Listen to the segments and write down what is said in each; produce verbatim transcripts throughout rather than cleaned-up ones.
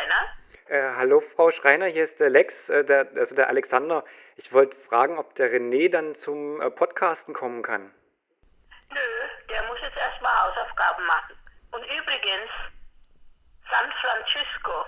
Schreiner? Äh, hallo Frau Schreiner, hier ist der Lex, äh, der, also der Alexander. Ich wollte fragen, ob der René dann zum äh, Podcasten kommen kann. Nö, der muss jetzt erstmal Hausaufgaben machen. Und übrigens, San Francisco.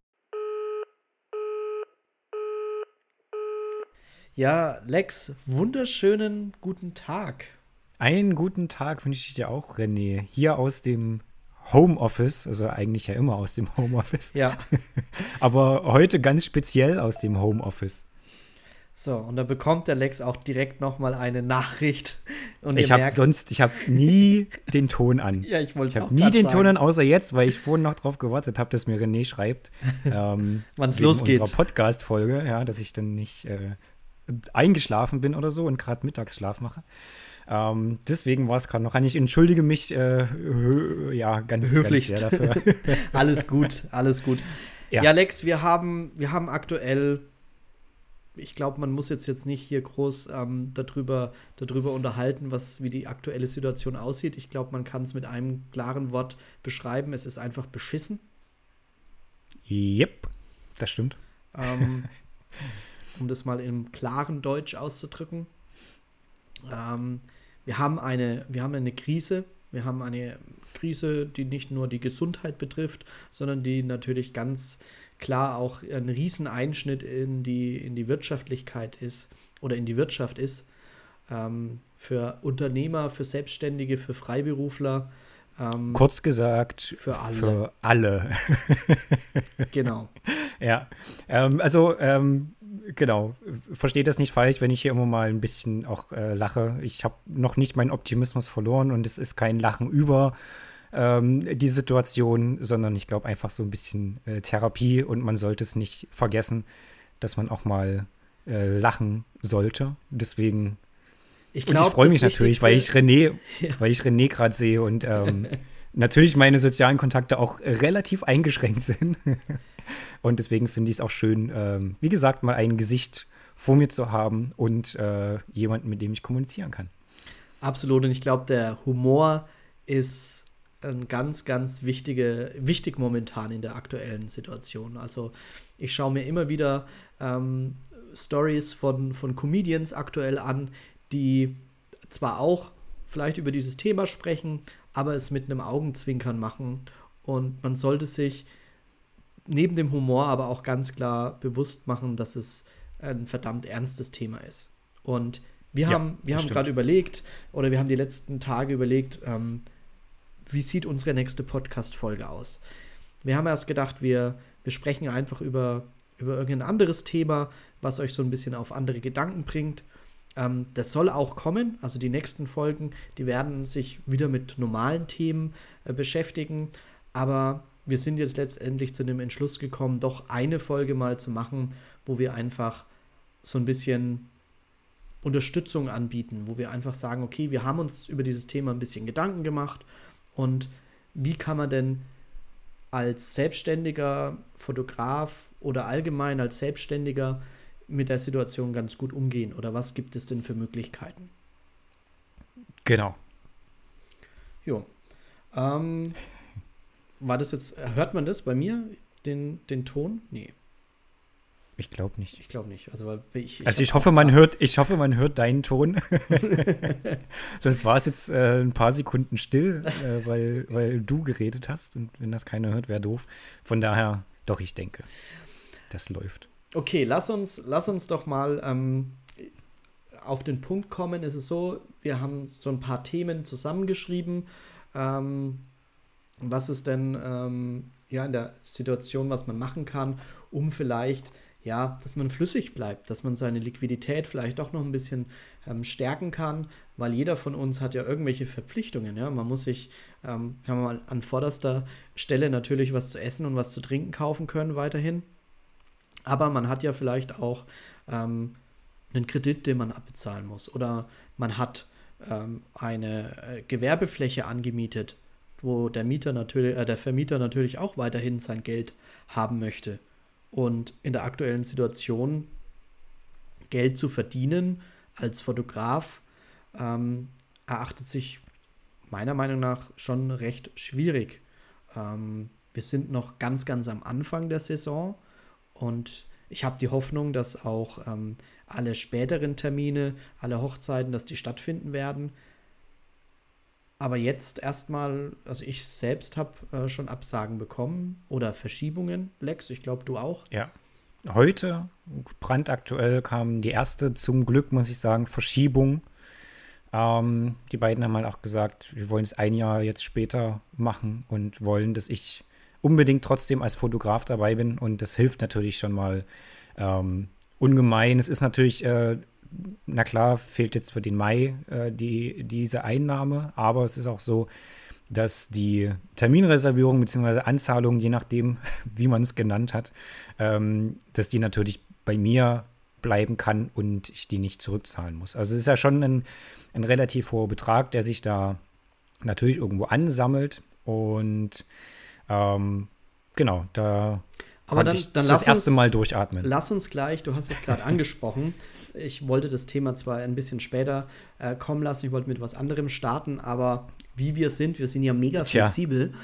Ja, Lex, wunderschönen guten Tag. Einen guten Tag wünsche ich dir auch, René. Hier aus dem Homeoffice, also eigentlich ja immer aus dem Homeoffice. Ja. Aber heute ganz speziell aus dem Homeoffice. So, und da bekommt der Lex auch direkt nochmal eine Nachricht. Und ich habe sonst, ich habe nie den Ton an. Ja, ich wollte Ich auch habe nie den sagen. Ton an, außer jetzt, weil ich vorhin noch drauf gewartet habe, dass mir René schreibt, ähm, wann es wegen losgeht. unserer Podcast-Folge, ja, dass ich dann nicht äh, eingeschlafen bin oder so und gerade Mittagsschlaf mache. Ähm, deswegen war es gerade noch an. Ich entschuldige mich äh, hö- ja, ganz, Höflichst. ganz sehr dafür. Alles gut, alles gut. Ja, Ja. Lex, wir haben, wir haben aktuell, ich glaube, man muss jetzt, jetzt nicht hier groß ähm, darüber, darüber unterhalten, was, wie die aktuelle Situation aussieht. Ich glaube, man kann es mit einem klaren Wort beschreiben. Es ist einfach beschissen. Yep, das stimmt. Ähm, um das mal im klaren Deutsch auszudrücken. Ähm, wir haben eine, wir haben eine Krise. Wir haben eine Krise, die nicht nur die Gesundheit betrifft, sondern die natürlich ganz klar auch ein Rieseneinschnitt in die, in die Wirtschaftlichkeit ist oder in die Wirtschaft ist. Ähm, für Unternehmer, für Selbstständige, für Freiberufler. Ähm, Kurz gesagt, für alle. Für alle. Genau. Ja, ähm, also ähm, genau, versteht das nicht falsch, wenn ich hier immer mal ein bisschen auch äh, lache. Ich habe noch nicht meinen Optimismus verloren und es ist kein Lachen über ähm, die Situation, sondern ich glaube einfach so ein bisschen äh, Therapie und man sollte es nicht vergessen, dass man auch mal äh, lachen sollte. Deswegen Ich und glaub, ich freue das mich natürlich, weil ich Wichtigste- René, Ja. weil ich René gerade sehe und ähm, natürlich meine sozialen Kontakte auch relativ eingeschränkt sind. Und deswegen finde ich es auch schön, ähm, wie gesagt, mal ein Gesicht vor mir zu haben und äh, jemanden, mit dem ich kommunizieren kann. Absolut. Und ich glaube, der Humor ist ein ganz, ganz wichtige, wichtig momentan in der aktuellen Situation. Also ich schaue mir immer wieder ähm, Stories von, von Comedians aktuell an, die zwar auch vielleicht über dieses Thema sprechen, aber es mit einem Augenzwinkern machen. Und man sollte sich neben dem Humor aber auch ganz klar bewusst machen, dass es ein verdammt ernstes Thema ist. Und wir Ja, haben, wir das haben stimmt. gerade überlegt, oder wir haben die letzten Tage überlegt, ähm, wie sieht unsere nächste Podcast-Folge aus? Wir haben erst gedacht, wir, wir sprechen einfach über, über irgendein anderes Thema, was euch so ein bisschen auf andere Gedanken bringt. Ähm, das soll auch kommen, also die nächsten Folgen, die werden sich wieder mit normalen Themen äh, beschäftigen, aber wir sind jetzt letztendlich zu dem Entschluss gekommen, doch eine Folge mal zu machen, wo wir einfach so ein bisschen Unterstützung anbieten, wo wir einfach sagen, okay, wir haben uns über dieses Thema ein bisschen Gedanken gemacht und wie kann man denn als selbstständiger Fotograf oder allgemein als Selbstständiger mit der Situation ganz gut umgehen oder was gibt es denn für Möglichkeiten? Genau. Jo. Ähm, war das jetzt, hört man das bei mir, den, den Ton? Nee, Ich glaube nicht. ich glaube nicht. Also, weil ich, ich Also ich hab hoffe, auch man grad- hört, ich hoffe, man hört deinen Ton. Sonst war es jetzt äh, ein paar Sekunden still, äh, weil, weil du geredet hast. Und wenn das keiner hört, wäre doof. Von daher, doch, ich denke, das läuft. Okay, lass uns, lass uns doch mal ähm, auf den Punkt kommen. Es ist so, wir haben so ein paar Themen zusammengeschrieben. Ähm, was ist denn ähm, ja, in der Situation, was man machen kann, um vielleicht, ja, dass man flüssig bleibt, dass man seine Liquidität vielleicht doch noch ein bisschen ähm, stärken kann, weil jeder von uns hat ja irgendwelche Verpflichtungen. Ja? Man muss sich, ähm, kann man mal an vorderster Stelle natürlich was zu essen und was zu trinken kaufen können weiterhin. Aber man hat ja vielleicht auch ähm, einen Kredit, den man abbezahlen muss. Oder man hat ähm, eine äh, Gewerbefläche angemietet, wo der Mieter natürlich, äh, der Vermieter natürlich auch weiterhin sein Geld haben möchte. Und in der aktuellen Situation Geld zu verdienen als Fotograf ähm, erachtet sich meiner Meinung nach schon recht schwierig. Ähm, wir sind noch ganz, ganz am Anfang der Saison und ich habe die Hoffnung, dass auch ähm, alle späteren Termine, alle Hochzeiten, dass die stattfinden werden. Aber jetzt erstmal, also ich selbst habe äh, schon Absagen bekommen oder Verschiebungen. Lex, ich glaube, du auch. Ja. Heute, brandaktuell, kam die erste, zum Glück, muss ich sagen, Verschiebung. Ähm, die beiden haben halt auch gesagt, wir wollen es ein Jahr jetzt später machen und wollen, dass ich unbedingt trotzdem als Fotograf dabei bin. Und das hilft natürlich schon mal ähm, ungemein. Es ist natürlich, äh, na klar, fehlt jetzt für den Mai äh, die, diese Einnahme, aber es ist auch so, dass die Terminreservierung bzw. Anzahlung, je nachdem, wie man es genannt hat, ähm, dass die natürlich bei mir bleiben kann und ich die nicht zurückzahlen muss. Also es ist ja schon ein, ein relativ hoher Betrag, der sich da natürlich irgendwo ansammelt und ähm, genau, da Aber dann, ich dann das lass erste uns, Mal durchatmen. Lass uns gleich, du hast es gerade angesprochen, ich wollte das Thema zwar ein bisschen später äh, kommen lassen, ich wollte mit was anderem starten, aber wie wir sind, wir sind ja mega flexibel.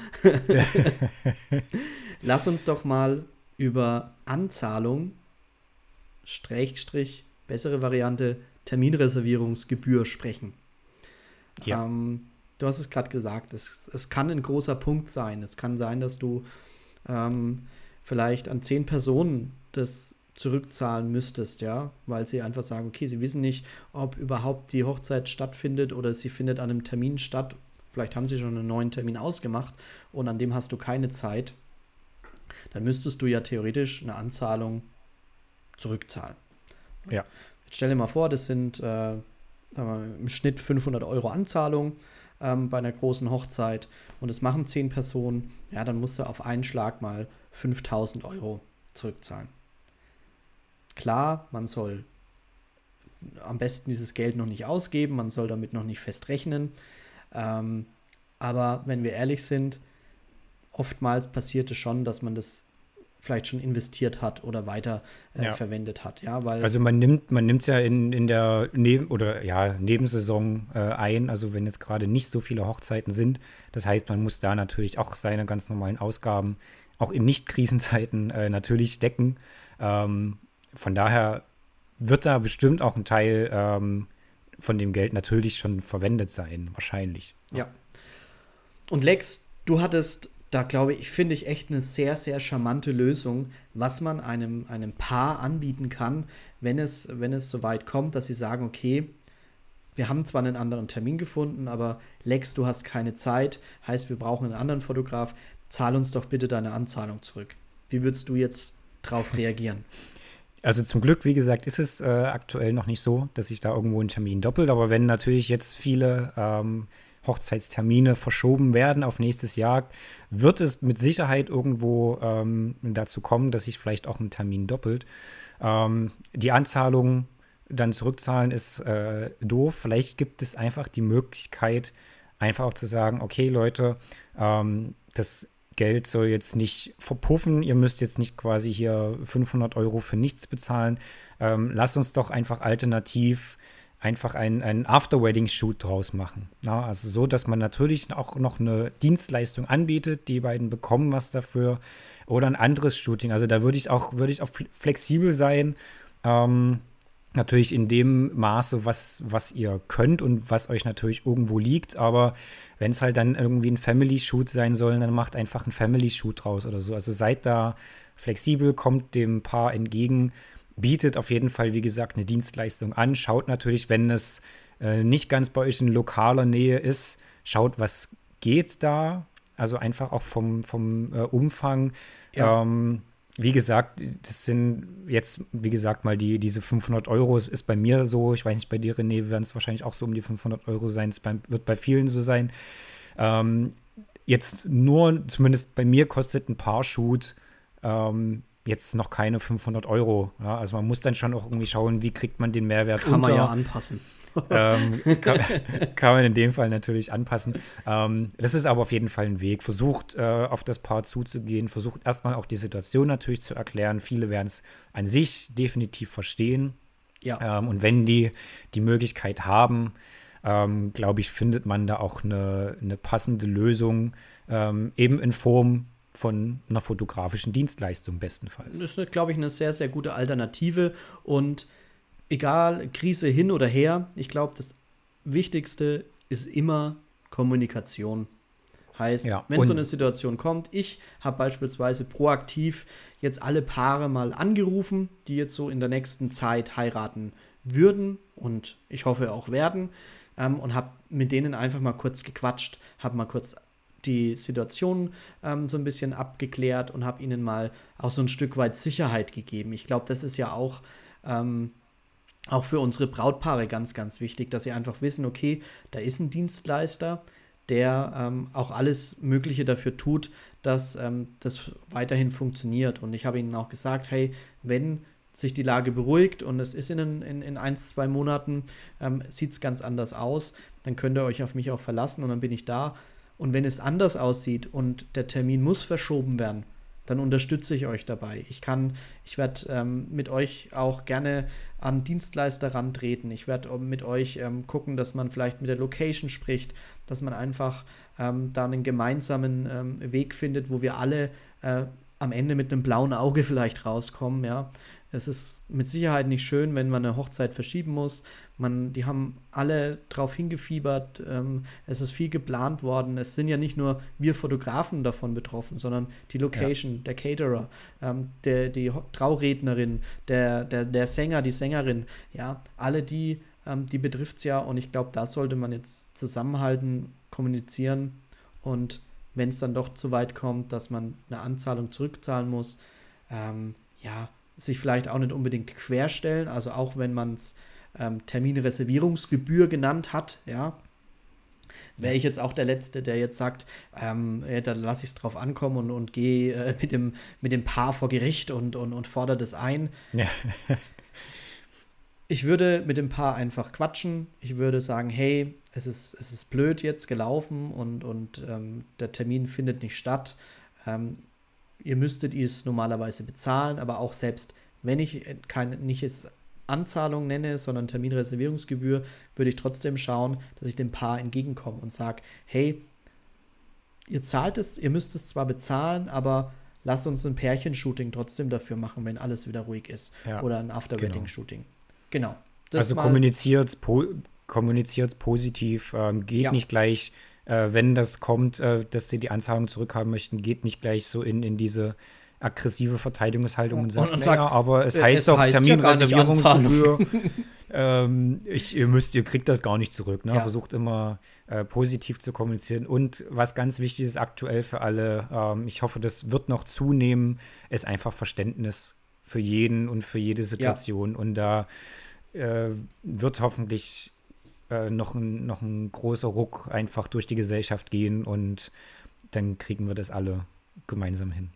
Lass uns doch mal über Anzahlung, Schrägstrich, bessere Variante, Terminreservierungsgebühr sprechen. Ja. Ähm, du hast es gerade gesagt, es, es kann ein großer Punkt sein. Es kann sein, dass du ähm, vielleicht an zehn Personen das zurückzahlen müsstest, ja, weil sie einfach sagen, okay, sie wissen nicht, ob überhaupt die Hochzeit stattfindet oder sie findet an einem Termin statt. Vielleicht haben sie schon einen neuen Termin ausgemacht und an dem hast du keine Zeit. Dann müsstest du ja theoretisch eine Anzahlung zurückzahlen. Ja. Jetzt stell dir mal vor, das sind äh, sagen wir mal, im Schnitt fünfhundert Euro Anzahlung ähm, bei einer großen Hochzeit und es machen zehn Personen, ja, dann musst du auf einen Schlag mal fünftausend Euro zurückzahlen. Klar, man soll am besten dieses Geld noch nicht ausgeben, man soll damit noch nicht fest rechnen, ähm, aber wenn wir ehrlich sind, oftmals passiert es schon, dass man das vielleicht schon investiert hat oder weiter äh, ja. verwendet hat. Ja, weil also man nimmt man nimmt es ja in, in der Neben- oder ja, Nebensaison äh, ein, also wenn jetzt gerade nicht so viele Hochzeiten sind. Das heißt, man muss da natürlich auch seine ganz normalen Ausgaben auch in Nicht-Krisenzeiten äh, natürlich decken. Ähm, von daher wird da bestimmt auch ein Teil ähm, von dem Geld natürlich schon verwendet sein, wahrscheinlich. Ja. Und Lex, du hattest da, glaube ich, finde ich echt eine sehr, sehr charmante Lösung, was man einem, einem Paar anbieten kann, wenn es, wenn es so weit kommt, dass sie sagen, okay, wir haben zwar einen anderen Termin gefunden, aber Lex, du hast keine Zeit, heißt, wir brauchen einen anderen Fotograf, zahl uns doch bitte deine Anzahlung zurück. Wie würdest du jetzt drauf reagieren? Also zum Glück, wie gesagt, ist es äh, aktuell noch nicht so, dass sich da irgendwo ein Termin doppelt, aber wenn natürlich jetzt viele ähm, Hochzeitstermine verschoben werden auf nächstes Jahr, wird es mit Sicherheit irgendwo ähm, dazu kommen, dass sich vielleicht auch ein Termin doppelt. Ähm, die Anzahlung dann zurückzahlen ist äh, doof. Vielleicht gibt es einfach die Möglichkeit, einfach auch zu sagen, okay Leute, ähm, das Geld soll jetzt nicht verpuffen, ihr müsst jetzt nicht quasi hier fünfhundert Euro für nichts bezahlen. Ähm, lasst uns doch einfach alternativ einfach einen, einen After-Wedding-Shoot draus machen. Ja, also so, dass man natürlich auch noch eine Dienstleistung anbietet, die beiden bekommen was dafür oder ein anderes Shooting. Also da würde ich auch, würde ich auch flexibel sein, ähm, natürlich in dem Maße, was, was ihr könnt und was euch natürlich irgendwo liegt, aber wenn es halt dann irgendwie ein Family-Shoot sein soll, dann macht einfach ein Family-Shoot draus oder so. Also seid da flexibel, kommt dem Paar entgegen, bietet auf jeden Fall, wie gesagt, eine Dienstleistung an. Schaut natürlich, wenn es äh, nicht ganz bei euch in lokaler Nähe ist, schaut, was geht da. Also einfach auch vom, vom äh, Umfang. Ja. Ähm, wie gesagt, das sind jetzt, wie gesagt, mal die, diese fünfhundert Euro ist bei mir so. Ich weiß nicht, bei dir, René, werden es wahrscheinlich auch so um die fünfhundert Euro sein. Es wird bei vielen so sein. Ähm, jetzt nur, zumindest bei mir kostet ein Paar-Shoot ähm, jetzt noch keine fünfhundert Euro. Ja, also man muss dann schon auch irgendwie schauen, wie kriegt man den Mehrwert kann unter. Kann man ja anpassen. ähm, kann, kann man in dem Fall natürlich anpassen. Ähm, das ist aber auf jeden Fall ein Weg. Versucht, äh, auf das Paar zuzugehen. Versucht erstmal auch die Situation natürlich zu erklären. Viele werden es an sich definitiv verstehen. Ja. Ähm, und wenn die die Möglichkeit haben, ähm, glaube ich, findet man da auch eine, eine passende Lösung. Ähm, eben in Form von einer fotografischen Dienstleistung bestenfalls. Das ist, glaube ich, eine sehr, sehr gute Alternative. Und egal, Krise hin oder her, ich glaube, das Wichtigste ist immer Kommunikation. Heißt, Ja, wenn und- so eine Situation kommt, ich habe beispielsweise proaktiv jetzt alle Paare mal angerufen, die jetzt so in der nächsten Zeit heiraten würden und ich hoffe auch werden, ähm, und habe mit denen einfach mal kurz gequatscht, habe mal kurz die Situation ähm, so ein bisschen abgeklärt und habe ihnen mal auch so ein Stück weit Sicherheit gegeben. Ich glaube, das ist ja auch ähm, auch für unsere Brautpaare ganz, ganz wichtig, dass sie einfach wissen, okay, da ist ein Dienstleister, der ähm, auch alles Mögliche dafür tut, dass ähm, das weiterhin funktioniert. Und ich habe ihnen auch gesagt, hey, wenn sich die Lage beruhigt und es ist in, in, in ein, zwei Monaten, ähm, sieht es ganz anders aus, dann könnt ihr euch auf mich auch verlassen und dann bin ich da. Und wenn es anders aussieht und der Termin muss verschoben werden, dann unterstütze ich euch dabei. Ich kann, ich werde ähm, mit euch auch gerne an Dienstleister rantreten. Ich werde mit euch ähm, gucken, dass man vielleicht mit der Location spricht, dass man einfach ähm, da einen gemeinsamen ähm, Weg findet, wo wir alle äh, am Ende mit einem blauen Auge vielleicht rauskommen, ja. Es ist mit Sicherheit nicht schön, wenn man eine Hochzeit verschieben muss. Man, die haben alle drauf hingefiebert. Ähm, es ist viel geplant worden. Es sind ja nicht nur wir Fotografen davon betroffen, sondern die Location, ja. der Caterer, ähm, der, die Traurednerin, der, der, der Sänger, die Sängerin. Ja, alle die, ähm, die betrifft es ja. Und ich glaube, da sollte man jetzt zusammenhalten, kommunizieren. Und wenn es dann doch zu weit kommt, dass man eine Anzahlung zurückzahlen muss, ähm, ja, sich vielleicht auch nicht unbedingt querstellen, also auch wenn man es ähm, Terminreservierungsgebühr genannt hat, ja, wäre ich jetzt auch der Letzte, der jetzt sagt, ähm, ja, da lasse ich es drauf ankommen und, und gehe äh, mit, dem, mit dem Paar vor Gericht und, und, und fordere das ein. Ja. Ich würde mit dem Paar einfach quatschen. Ich würde sagen, hey, es ist, es ist blöd jetzt gelaufen und, und ähm, der Termin findet nicht statt. Ähm, Ihr müsstet es normalerweise bezahlen, aber auch selbst wenn ich keine, nicht es Anzahlung nenne, sondern Terminreservierungsgebühr, würde ich trotzdem schauen, dass ich dem Paar entgegenkomme und sage, hey, ihr zahlt es, ihr müsst es zwar bezahlen, aber lasst uns ein Pärchenshooting trotzdem dafür machen, wenn alles wieder ruhig ist. Ja, oder ein After-Wedding-Shooting. Genau. Das also mal- kommuniziert po kommuniziert positiv, ähm, geht Ja. nicht gleich, äh, wenn das kommt, äh, dass die die Anzahlung zurückhaben möchten, geht nicht gleich so in, in diese aggressive Verteidigungshaltung und, Und- sagt, und naja, sagt, aber es äh, heißt es doch heißt ja gar nicht Terminreservierungsgebühr. ähm, ich, ihr müsst, ihr kriegt das gar nicht zurück. Ne? Ja. Versucht immer äh, positiv zu kommunizieren. Und was ganz wichtig ist aktuell für alle, ähm, ich hoffe, das wird noch zunehmen, ist einfach Verständnis für jeden und für jede Situation. Und da äh, wird hoffentlich äh, noch, ein, noch ein großer Ruck einfach durch die Gesellschaft gehen und dann kriegen wir das alle gemeinsam hin.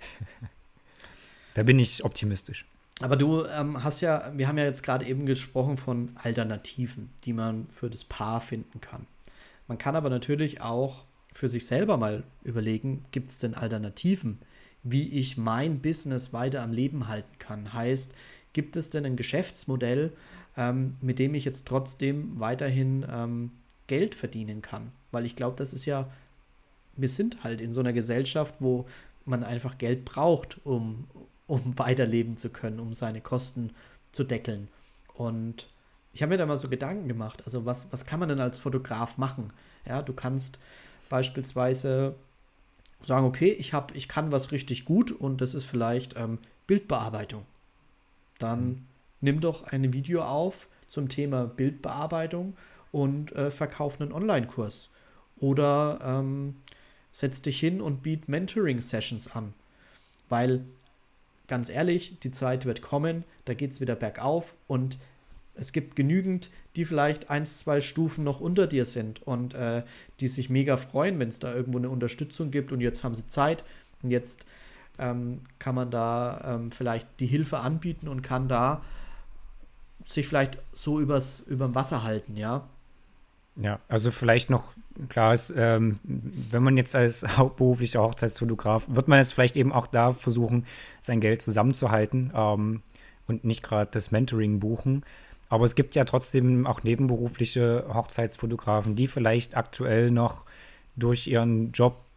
Da bin ich optimistisch. Aber du ähm, hast ja, wir haben ja jetzt gerade eben gesprochen von Alternativen, die man für das Paar finden kann. Man kann aber natürlich auch für sich selber mal überlegen, gibt es denn Alternativen, wie ich mein Business weiter am Leben halten kann? Heißt, gibt es denn ein Geschäftsmodell, ähm, mit dem ich jetzt trotzdem weiterhin ähm, Geld verdienen kann? Weil ich glaube, das ist ja, wir sind halt in so einer Gesellschaft, wo man einfach Geld braucht, um, um weiterleben zu können, um seine Kosten zu deckeln. Und ich habe mir da mal so Gedanken gemacht, also was, was kann man denn als Fotograf machen? Ja, du kannst beispielsweise sagen, okay, ich, hab, ich kann was richtig gut und das ist vielleicht ähm, Bildbearbeitung. Dann mhm. nimm doch ein Video auf zum Thema Bildbearbeitung und äh, verkauf einen Online-Kurs. Oder ähm, setz dich hin und biet Mentoring-Sessions an. Weil, ganz ehrlich, die Zeit wird kommen, da geht es wieder bergauf und es gibt genügend, die vielleicht eins, zwei Stufen noch unter dir sind und äh, die sich mega freuen, wenn es da irgendwo eine Unterstützung gibt und jetzt haben sie Zeit und jetzt ähm, kann man da ähm, vielleicht die Hilfe anbieten und kann da sich vielleicht so übers, überm Wasser halten, ja. Ja, also vielleicht noch, klar ist, ähm, wenn man jetzt als hauptberuflicher Hochzeitsfotograf, wird man jetzt vielleicht eben auch da versuchen, sein Geld zusammenzuhalten ähm, und nicht gerade das Mentoring buchen. Aber es gibt ja trotzdem auch nebenberufliche Hochzeitsfotografen, die vielleicht aktuell noch durch ihren Job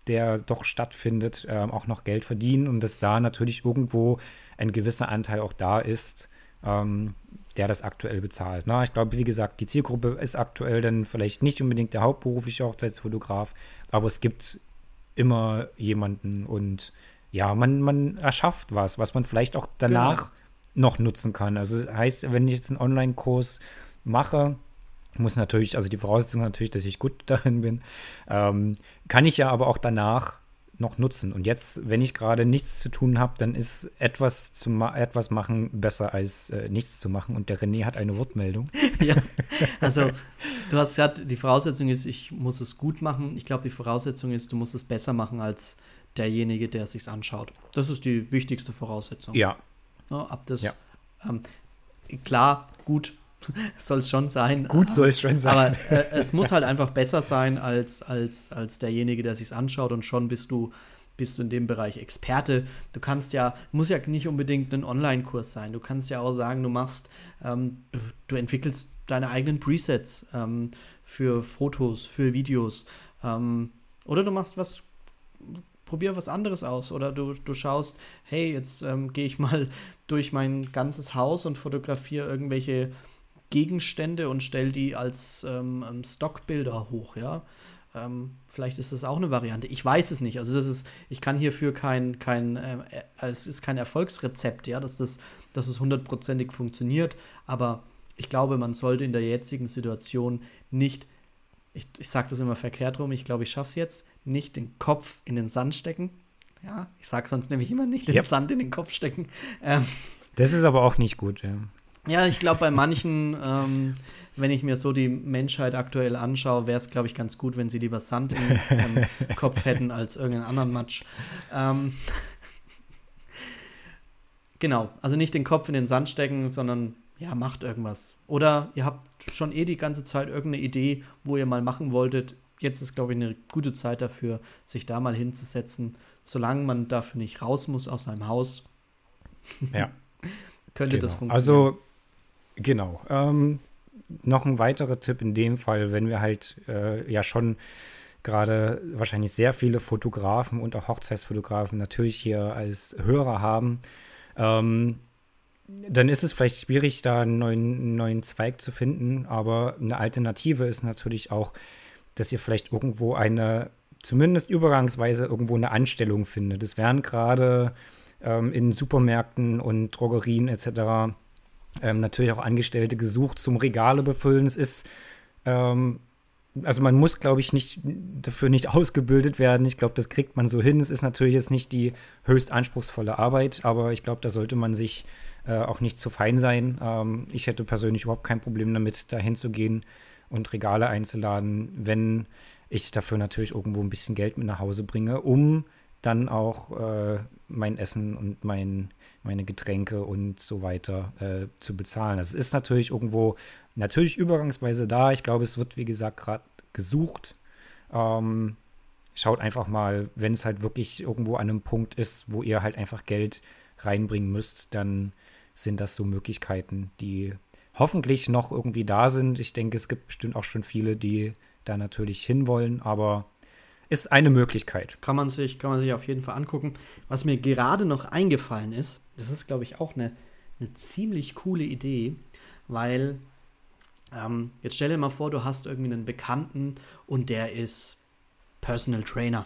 der doch stattfindet, ähm, auch noch Geld verdienen und dass da natürlich irgendwo ein gewisser Anteil auch da ist, ähm, der das aktuell bezahlt. Na, ich glaube, wie gesagt, die Zielgruppe ist aktuell dann vielleicht nicht unbedingt der hauptberufliche Hochzeitsfotograf, aber es gibt immer jemanden und ja, man, man erschafft was, was man vielleicht auch danach genau. noch nutzen kann. Also das heißt, wenn ich jetzt einen Online-Kurs mache, muss natürlich, also die Voraussetzung natürlich, dass ich gut darin bin, ähm, kann ich ja aber auch danach noch nutzen. Und jetzt, wenn ich gerade nichts zu tun habe, dann ist etwas zu ma- etwas machen besser als äh, nichts zu machen. Und der René hat eine Wortmeldung. Ja, also du hast gesagt, die Voraussetzung ist, ich muss es gut machen. Ich glaube, die Voraussetzung ist, du musst es besser machen als derjenige, der es sich anschaut. Das ist die wichtigste Voraussetzung. Ja. Ja, ab das, ja. ähm, klar, gut soll es schon sein. Gut soll es schon sein. Aber äh, es muss halt einfach besser sein als, als, als derjenige, der sich anschaut und schon bist du, bist du in dem Bereich Experte. Du kannst ja, muss ja nicht unbedingt ein Online-Kurs sein. Du kannst ja auch sagen, du machst, ähm, du entwickelst deine eigenen Presets ähm, für Fotos, für Videos. Ähm, oder du machst was, probier was anderes aus. Oder du, du schaust, hey, jetzt ähm, gehe ich mal durch mein ganzes Haus und fotografiere irgendwelche Gegenstände und stell die als ähm, Stockbilder hoch, ja. Ähm, vielleicht ist das auch eine Variante. Ich weiß es nicht. Also das ist, ich kann hierfür kein, kein äh, es ist kein Erfolgsrezept, ja, dass das, dass es hundertprozentig funktioniert. Aber ich glaube, man sollte in der jetzigen Situation nicht, ich, ich sage das immer verkehrt rum, ich glaube, ich schaffe es jetzt, nicht den Kopf in den Sand stecken. Ja, ich sage sonst nämlich immer nicht den yep. Sand in den Kopf stecken. Ähm, das ist aber auch nicht gut, ja. Ja, ich glaube, bei manchen, ähm, wenn ich mir so die Menschheit aktuell anschaue, wäre es, glaube ich, ganz gut, wenn sie lieber Sand im ähm, Kopf hätten als irgendeinen anderen Matsch. Ähm, genau, also nicht den Kopf in den Sand stecken, sondern, ja, macht irgendwas. Oder ihr habt schon eh die ganze Zeit irgendeine Idee, wo ihr mal machen wolltet. Jetzt ist, glaube ich, eine gute Zeit dafür, sich da mal hinzusetzen, solange man dafür nicht raus muss aus seinem Haus. Ja. Könnte genau. das funktionieren. Also, genau. Ähm, noch ein weiterer Tipp in dem Fall, wenn wir halt äh, ja schon gerade wahrscheinlich sehr viele Fotografen und auch Hochzeitsfotografen natürlich hier als Hörer haben, ähm, dann ist es vielleicht schwierig, da einen neuen, einen neuen Zweig zu finden, aber eine Alternative ist natürlich auch, dass ihr vielleicht irgendwo eine, zumindest übergangsweise irgendwo eine Anstellung findet. Es werden gerade ähm, in Supermärkten und Drogerien et cetera ähm, natürlich auch Angestellte gesucht zum Regale befüllen. Es ist, ähm, also man muss, glaube ich, nicht dafür nicht ausgebildet werden. Ich glaube, das kriegt man so hin. Es ist natürlich jetzt nicht die höchst anspruchsvolle Arbeit, aber ich glaube, da sollte man sich äh, auch nicht zu fein sein. Ähm, ich hätte persönlich überhaupt kein Problem damit, da hinzugehen und Regale einzuladen, wenn ich dafür natürlich irgendwo ein bisschen Geld mit nach Hause bringe, um dann auch äh, mein Essen und mein, meine Getränke und so weiter äh, zu bezahlen. Das ist natürlich irgendwo, natürlich übergangsweise da. Ich glaube, es wird, wie gesagt, gerade gesucht. Ähm, schaut einfach mal, wenn es halt wirklich irgendwo an einem Punkt ist, wo ihr halt einfach Geld reinbringen müsst, dann sind das so Möglichkeiten, die hoffentlich noch irgendwie da sind. Ich denke, es gibt bestimmt auch schon viele, die da natürlich hinwollen, aber ist eine Möglichkeit. Kann man sich, kann man sich auf jeden Fall angucken. Was mir gerade noch eingefallen ist, das ist, glaube ich, auch eine, eine ziemlich coole Idee, weil ähm, jetzt stell dir mal vor, du hast irgendwie einen Bekannten und der ist Personal Trainer.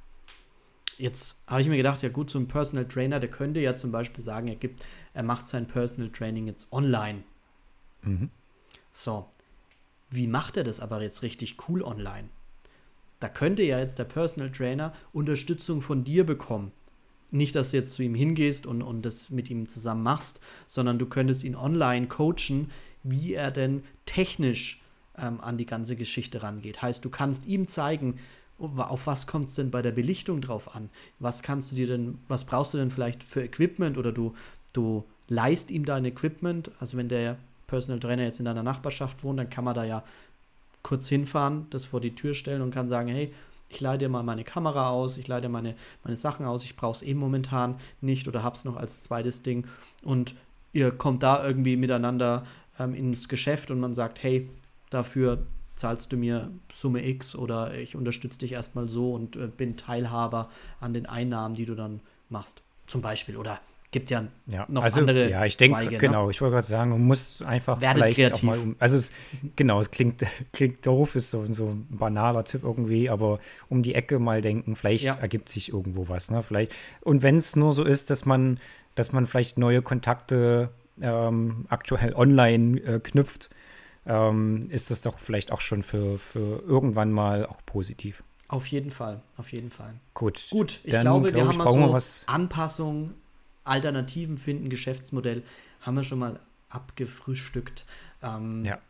Jetzt habe ich mir gedacht, ja gut, so ein Personal Trainer, der könnte ja zum Beispiel sagen, er gibt, er macht sein Personal Training jetzt online. Mhm. So, wie macht er das aber jetzt richtig cool online? Da könnte ja jetzt der Personal Trainer Unterstützung von dir bekommen. Nicht, dass du jetzt zu ihm hingehst und, und das mit ihm zusammen machst, sondern du könntest ihn online coachen, wie er denn technisch ähm, an die ganze Geschichte rangeht. Heißt, du kannst ihm zeigen, auf was kommt es denn bei der Belichtung drauf an? Was kannst du dir denn, was brauchst du denn vielleicht für Equipment oder du, du leihst ihm dein Equipment. Also wenn der Personal Trainer jetzt in deiner Nachbarschaft wohnt, dann kann man da ja kurz hinfahren, das vor die Tür stellen und kann sagen, hey, ich leihe dir mal meine Kamera aus, ich leihe dir meine, meine Sachen aus, ich brauche es eh momentan nicht oder hab's noch als zweites Ding und ihr kommt da irgendwie miteinander ähm, ins Geschäft und man sagt, hey, dafür zahlst du mir Summe X oder ich unterstütze dich erstmal so und äh, bin Teilhaber an den Einnahmen, die du dann machst. Zum Beispiel. Oder gibt ja, ja noch also, andere ja, ich denke, Zweige. genau, Ne? ich wollte gerade sagen, man muss einfach Werdet vielleicht kreativ. auch mal um, also es, genau, es klingt, klingt doof, ist so, so ein banaler Tipp irgendwie, aber um die Ecke mal denken, vielleicht Ja. ergibt sich irgendwo was, ne? Vielleicht, und wenn es nur so ist, dass man, dass man vielleicht neue Kontakte ähm, aktuell online äh, knüpft, ähm, ist das doch vielleicht auch schon für, für irgendwann mal auch positiv. Auf jeden Fall, auf jeden Fall. Gut, Gut, ich dann glaube, wir glaub haben ich, mal brauchen wir so was. Anpassungen, Alternativen finden, Geschäftsmodell, haben wir schon mal abgefrühstückt. Ähm, Ja.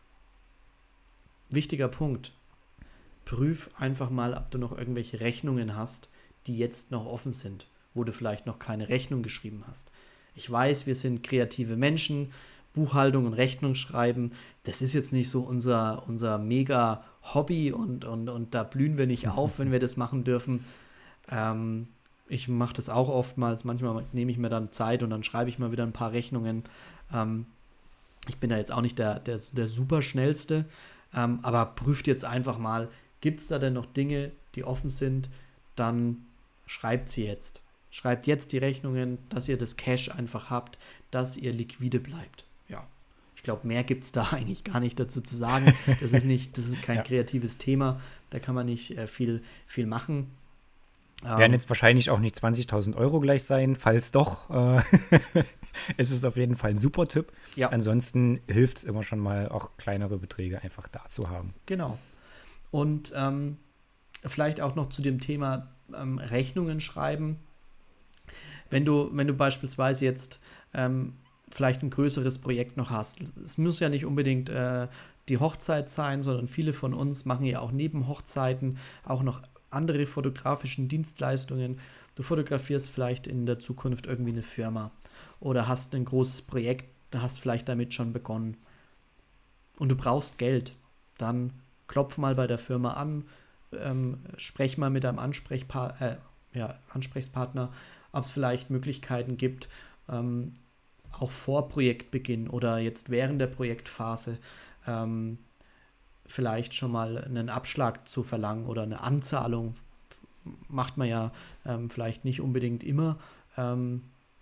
Wichtiger Punkt. Prüf einfach mal, ob du noch irgendwelche Rechnungen hast, die jetzt noch offen sind, wo du vielleicht noch keine Rechnung geschrieben hast. Ich weiß, wir sind kreative Menschen, Buchhaltung und Rechnung schreiben, das ist jetzt nicht so unser, unser mega Hobby und, und, und da blühen wir nicht auf, wenn wir das machen dürfen. Ähm, ich mache das auch oftmals, manchmal nehme ich mir dann Zeit und dann schreibe ich mal wieder ein paar Rechnungen. Ähm, ich bin da jetzt auch nicht der, der, der super schnellste, ähm, aber prüft jetzt einfach mal, gibt es da denn noch Dinge, die offen sind, dann schreibt sie jetzt. Schreibt jetzt die Rechnungen, dass ihr das Cash einfach habt, dass ihr liquide bleibt. Ja, ich glaube, mehr gibt es da eigentlich gar nicht dazu zu sagen. Das ist nicht, das ist kein Ja. kreatives Thema, da kann man nicht äh, viel, viel machen. Werden Ähm, jetzt wahrscheinlich auch nicht zwanzigtausend Euro gleich sein. Falls doch, äh, es ist auf jeden Fall ein super Tipp. Ja. Ansonsten hilft es immer schon mal, auch kleinere Beträge einfach da zu haben. Genau. Und ähm, vielleicht auch noch zu dem Thema ähm, Rechnungen schreiben. Wenn du, wenn du beispielsweise jetzt ähm, vielleicht ein größeres Projekt noch hast, es muss ja nicht unbedingt äh, die Hochzeit sein, sondern viele von uns machen ja auch neben Hochzeiten auch noch andere fotografischen Dienstleistungen. Du fotografierst vielleicht in der Zukunft irgendwie eine Firma oder hast ein großes Projekt, hast vielleicht damit schon begonnen und du brauchst Geld, dann klopf mal bei der Firma an, ähm, sprech mal mit deinem Ansprechpa- äh, ja, Ansprechpartner, ob es vielleicht Möglichkeiten gibt, ähm, auch vor Projektbeginn oder jetzt während der Projektphase ähm, vielleicht schon mal einen Abschlag zu verlangen oder eine Anzahlung. Macht man ja ähm, vielleicht nicht unbedingt immer, ähm,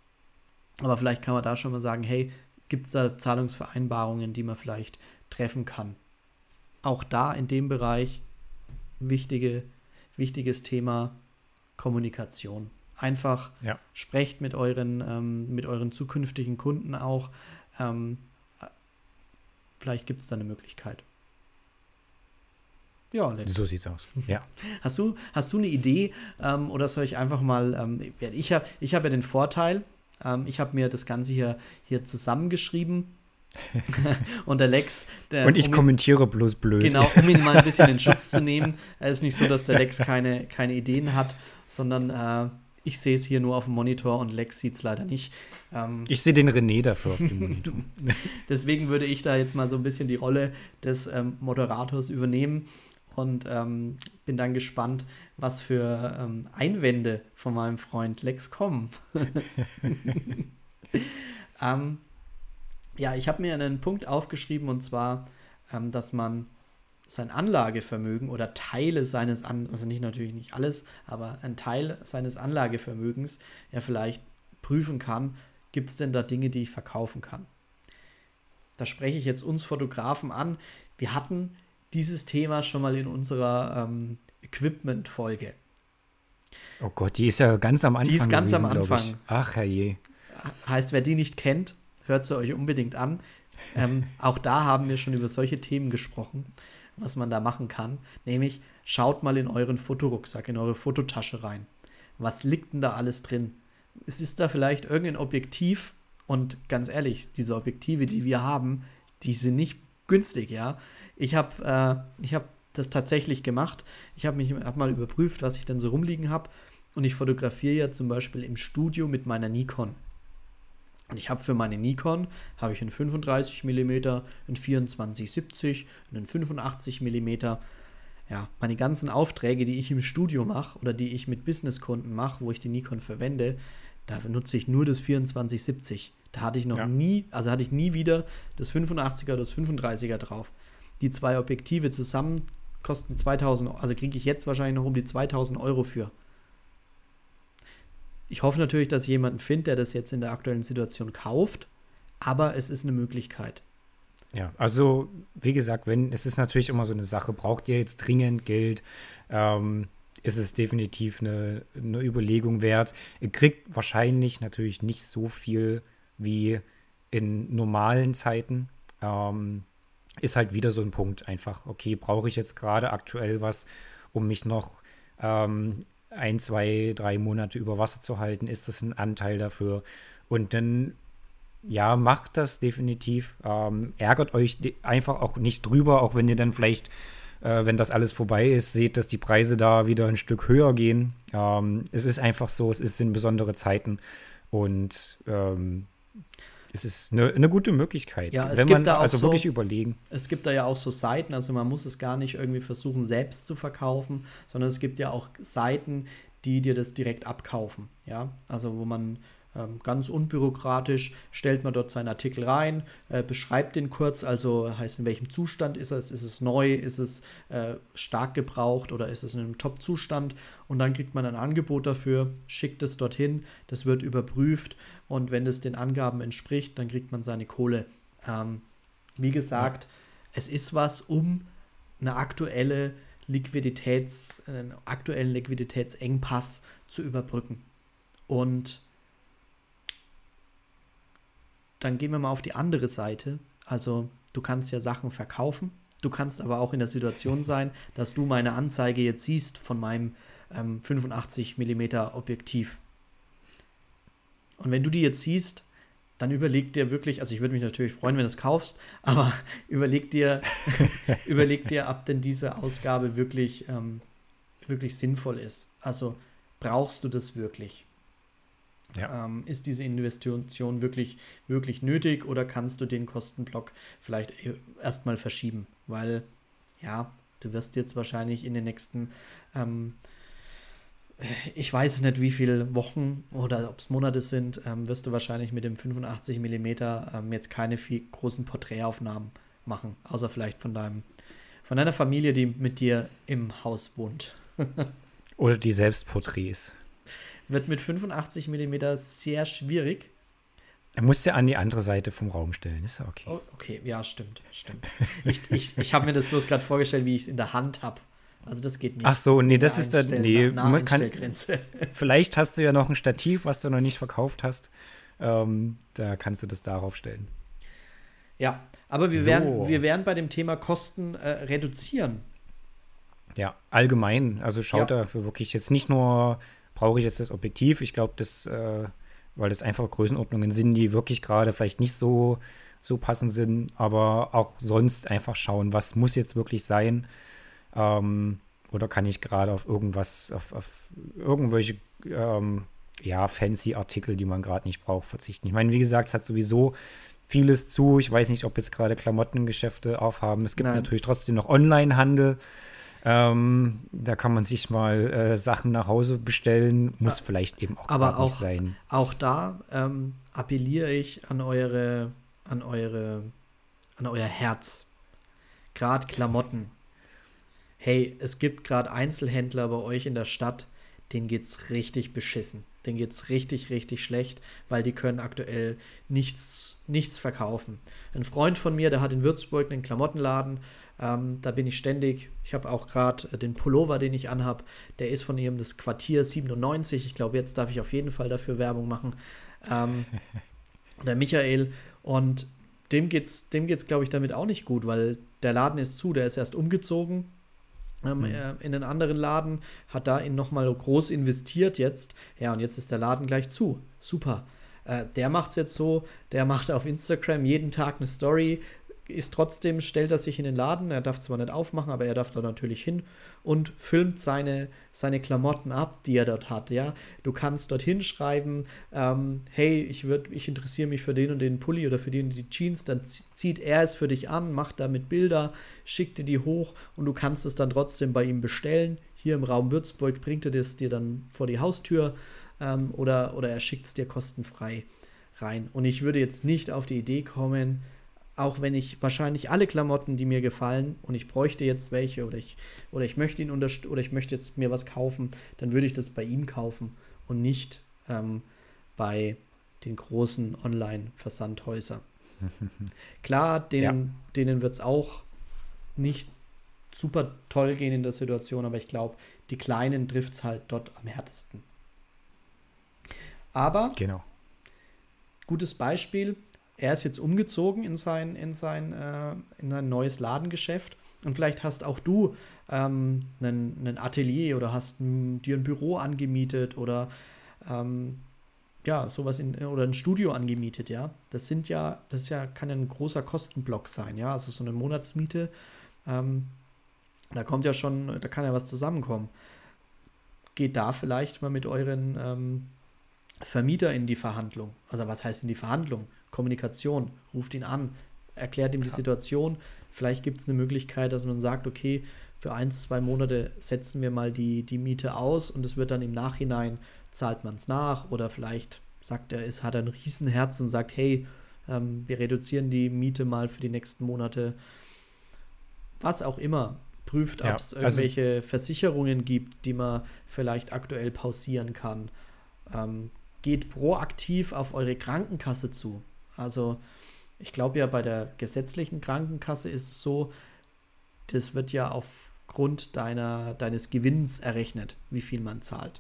aber vielleicht kann man da schon mal sagen, hey, gibt es da Zahlungsvereinbarungen, die man vielleicht treffen kann. Auch da in dem Bereich wichtige, wichtiges Thema Kommunikation. Einfach Ja. sprecht mit euren, ähm, mit euren zukünftigen Kunden auch. Ähm, vielleicht gibt es da eine Möglichkeit. Ja, Lex. So sieht's aus. Ja. Hast du, hast du eine Idee ähm, oder soll ich einfach mal, ähm, ich habe ich hab ja den Vorteil, ähm, ich habe mir das Ganze hier, hier zusammengeschrieben und der Lex, der, Und ich um ihn, kommentiere bloß blöd. genau, um ihn mal ein bisschen in Schutz zu nehmen. Es ist nicht so, dass der Lex keine, keine Ideen hat, sondern äh, ich sehe es hier nur auf dem Monitor und Lex sieht es leider nicht. Ähm, Ich sehe den René dafür auf dem Monitor. Deswegen würde ich da jetzt mal so ein bisschen die Rolle des ähm, Moderators übernehmen und ähm, bin dann gespannt, was für ähm, Einwände von meinem Freund Lex kommen. ähm, ja, ich habe mir einen Punkt aufgeschrieben und zwar, ähm, dass man sein Anlagevermögen oder Teile seines, An- also nicht natürlich nicht alles, aber ein Teil seines Anlagevermögens ja vielleicht prüfen kann, gibt es denn da Dinge, die ich verkaufen kann? Da spreche ich jetzt uns Fotografen an. Wir hatten dieses Thema schon mal in unserer ähm, Equipment-Folge. Oh Gott, die ist ja ganz am Anfang. Die ist ganz gewesen, am glaub ich. Anfang. Ach, herrje. Heißt, wer die nicht kennt, hört sie euch unbedingt an. Ähm, auch da haben wir schon über solche Themen gesprochen, was man da machen kann. Nämlich, schaut mal in euren Fotorucksack, in eure Fototasche rein. Was liegt denn da alles drin? Es ist da vielleicht irgendein Objektiv und ganz ehrlich, diese Objektive, die wir haben, die sind nicht günstig, ja. Ich habe äh, ich hab das tatsächlich gemacht. Ich habe mich hab mal überprüft, was ich denn so rumliegen habe. Und ich fotografiere ja zum Beispiel im Studio mit meiner Nikon. Und ich habe für meine Nikon habe ich einen fünfunddreißig Millimeter, einen vierundzwanzig siebzig, einen fünfundachtzig Millimeter. Ja, meine ganzen Aufträge, die ich im Studio mache oder die ich mit Businesskunden mache, wo ich die Nikon verwende, da nutze ich nur das vierundzwanzig siebzig. Da hatte ich noch Ja. nie, also hatte ich nie wieder das fünfundachtziger oder das fünfunddreißiger drauf. die zwei Objektive zusammen kosten zweitausend, also kriege ich jetzt wahrscheinlich noch um die zweitausend Euro für. Ich hoffe natürlich, dass ich jemanden finde, der das jetzt in der aktuellen Situation kauft, aber es ist eine Möglichkeit. Ja, also wie gesagt, wenn, es ist natürlich immer so eine Sache, braucht ihr jetzt dringend Geld, ähm, ist es definitiv eine, eine Überlegung wert. Ihr kriegt wahrscheinlich natürlich nicht so viel wie in normalen Zeiten. Ähm, ist halt wieder so ein Punkt einfach, okay, brauche ich jetzt gerade aktuell was, um mich noch ähm, ein, zwei, drei Monate über Wasser zu halten? Ist das ein Anteil dafür? Und dann, ja, macht das definitiv. Ähm, ärgert euch de- einfach auch nicht drüber, auch wenn ihr dann vielleicht, äh, wenn das alles vorbei ist, seht, dass die Preise da wieder ein Stück höher gehen. Ähm, es ist einfach so, es ist in besondere Zeiten und ähm, es ist eine, eine gute Möglichkeit. Ja, es wenn gibt man da auch also so, wirklich überlegen. Es gibt da ja auch so Seiten, also man muss es gar nicht irgendwie versuchen, selbst zu verkaufen, sondern es gibt ja auch Seiten, die dir das direkt abkaufen. Ja, also wo man ähm, ganz unbürokratisch stellt man dort seinen Artikel rein, äh, beschreibt den kurz, also heißt, in welchem Zustand ist es, ist es neu, ist es äh, stark gebraucht oder ist es in einem Top-Zustand, und dann kriegt man ein Angebot dafür, schickt es dorthin, das wird überprüft, und wenn das den Angaben entspricht, dann kriegt man seine Kohle. Ähm, wie gesagt, ja. Es ist was, um eine aktuelle Liquiditäts, einen aktuellen Liquiditätsengpass zu überbrücken. Und dann gehen wir mal auf die andere Seite. Also du kannst ja Sachen verkaufen, du kannst aber auch in der Situation sein, dass du meine Anzeige jetzt siehst von meinem ähm, fünfundachtzig Millimeter Objektiv. Und wenn du die jetzt siehst, dann überleg dir wirklich, also ich würde mich natürlich freuen, wenn du es kaufst, aber überleg dir, überleg dir, ob denn diese Ausgabe wirklich, ähm, wirklich sinnvoll ist. Also brauchst du das wirklich? Ja. Ähm, ist diese Investition wirklich, wirklich nötig, oder kannst du den Kostenblock vielleicht erstmal verschieben? Weil, ja, du wirst jetzt wahrscheinlich in den nächsten, ähm, ich weiß nicht, wie viele Wochen oder ob es Monate sind, ähm, wirst du wahrscheinlich mit dem fünfundachtzig Millimeter ähm, jetzt keine viel großen Porträtaufnahmen machen, außer vielleicht von deinem, von deiner Familie, die mit dir im Haus wohnt. Oder die Selbstporträts. Wird mit fünfundachtzig Millimeter sehr schwierig. Er muss ja an die andere Seite vom Raum stellen, ist ja okay. Oh, okay, ja, stimmt, stimmt. ich ich, ich habe mir das bloß gerade vorgestellt, wie ich es in der Hand habe. Also das geht nicht. Ach so, nee, das ist dann, nee, man kann, Grenze. Vielleicht hast du ja noch ein Stativ, was du noch nicht verkauft hast. Ähm, da kannst du das darauf stellen. Ja, aber wir, so. werden, wir werden bei dem Thema Kosten äh, reduzieren. Ja, allgemein. Also schaut ja. dafür wirklich jetzt nicht nur, brauche ich jetzt das Objektiv. Ich glaube, das, äh, weil das einfach Größenordnungen sind, die wirklich gerade vielleicht nicht so, so passend sind, aber auch sonst einfach schauen, was muss jetzt wirklich sein. Ähm, oder kann ich gerade auf irgendwas, auf, auf irgendwelche ähm, ja, fancy Artikel, die man gerade nicht braucht, verzichten. Ich meine, wie gesagt, es hat sowieso vieles zu. Ich weiß nicht, ob jetzt gerade Klamottengeschäfte aufhaben. Es gibt Nein. natürlich trotzdem noch Onlinehandel. Ähm, da kann man sich mal äh, Sachen nach Hause bestellen. Muss ja, vielleicht eben auch gerade nicht sein. Auch da ähm, appelliere ich an eure, an eure, an euer Herz. Gerade Klamotten. Hey, es gibt gerade Einzelhändler bei euch in der Stadt, denen geht's richtig beschissen. Denen geht's richtig, richtig schlecht, weil die können aktuell nichts, nichts verkaufen. Ein Freund von mir, der hat in Würzburg einen Klamottenladen, ähm, da bin ich ständig. Ich habe auch gerade äh, den Pullover, den ich anhab, der ist von ihm das Quartier siebenundneunzig. Ich glaube, jetzt darf ich auf jeden Fall dafür Werbung machen. Ähm, der Michael, und dem geht's, dem geht's, glaube ich, damit auch nicht gut, weil der Laden ist zu, der ist erst umgezogen. Ähm, mhm. äh, in einen anderen Laden, hat da in nochmal groß investiert jetzt. Ja, und jetzt ist der Laden gleich zu. Super. Äh, der macht es jetzt so, der macht auf Instagram jeden Tag eine Story, ist trotzdem, stellt er sich in den Laden, er darf zwar nicht aufmachen, aber er darf da natürlich hin und filmt seine, seine Klamotten ab, die er dort hat, ja. Du kannst dorthin schreiben, ähm, hey, ich, würd, ich interessiere mich für den und den Pulli oder für den und die Jeans, dann zieht er es für dich an, macht damit Bilder, schickt dir die hoch, und du kannst es dann trotzdem bei ihm bestellen. Hier im Raum Würzburg bringt er das dir dann vor die Haustür, ähm, oder, oder er schickt es dir kostenfrei rein. Und ich würde jetzt nicht auf die Idee kommen, auch wenn ich wahrscheinlich alle Klamotten, die mir gefallen und ich bräuchte jetzt welche oder ich, oder ich möchte ihn unterst- oder ich möchte jetzt mir was kaufen, dann würde ich das bei ihm kaufen und nicht ähm, bei den großen Online-Versandhäusern. Klar, denen, ja. denen wird es auch nicht super toll gehen in der Situation, aber ich glaube, die Kleinen trifft es halt dort am härtesten. Aber, genau. Gutes Beispiel, er ist jetzt umgezogen in sein, in sein, äh, in sein neues Ladengeschäft und vielleicht hast auch du ähm, ein Atelier oder hast m, dir ein Büro angemietet oder ähm, ja, sowas in, oder ein Studio angemietet, ja. Das sind ja, das ist ja, kann ja ein großer Kostenblock sein, ja. Also so eine Monatsmiete, ähm, da kommt ja schon, da kann ja was zusammenkommen. Geht da vielleicht mal mit euren ähm, Vermieter in die Verhandlung. Also was heißt in die Verhandlung? Kommunikation, ruft ihn an, erklärt ihm die Situation. Vielleicht gibt es eine Möglichkeit, dass man sagt, okay, für ein, zwei Monate setzen wir mal die, die Miete aus und es wird dann im Nachhinein, zahlt man es nach oder vielleicht sagt er, es hat ein Riesenherz und sagt, hey, ähm, wir reduzieren die Miete mal für die nächsten Monate. Was auch immer. Prüft, ob es ja, also irgendwelche Versicherungen gibt, die man vielleicht aktuell pausieren kann. Ähm, geht proaktiv auf eure Krankenkasse zu. Also ich glaube ja, bei der gesetzlichen Krankenkasse ist es so, das wird ja aufgrund deiner, deines Gewinns errechnet, wie viel man zahlt.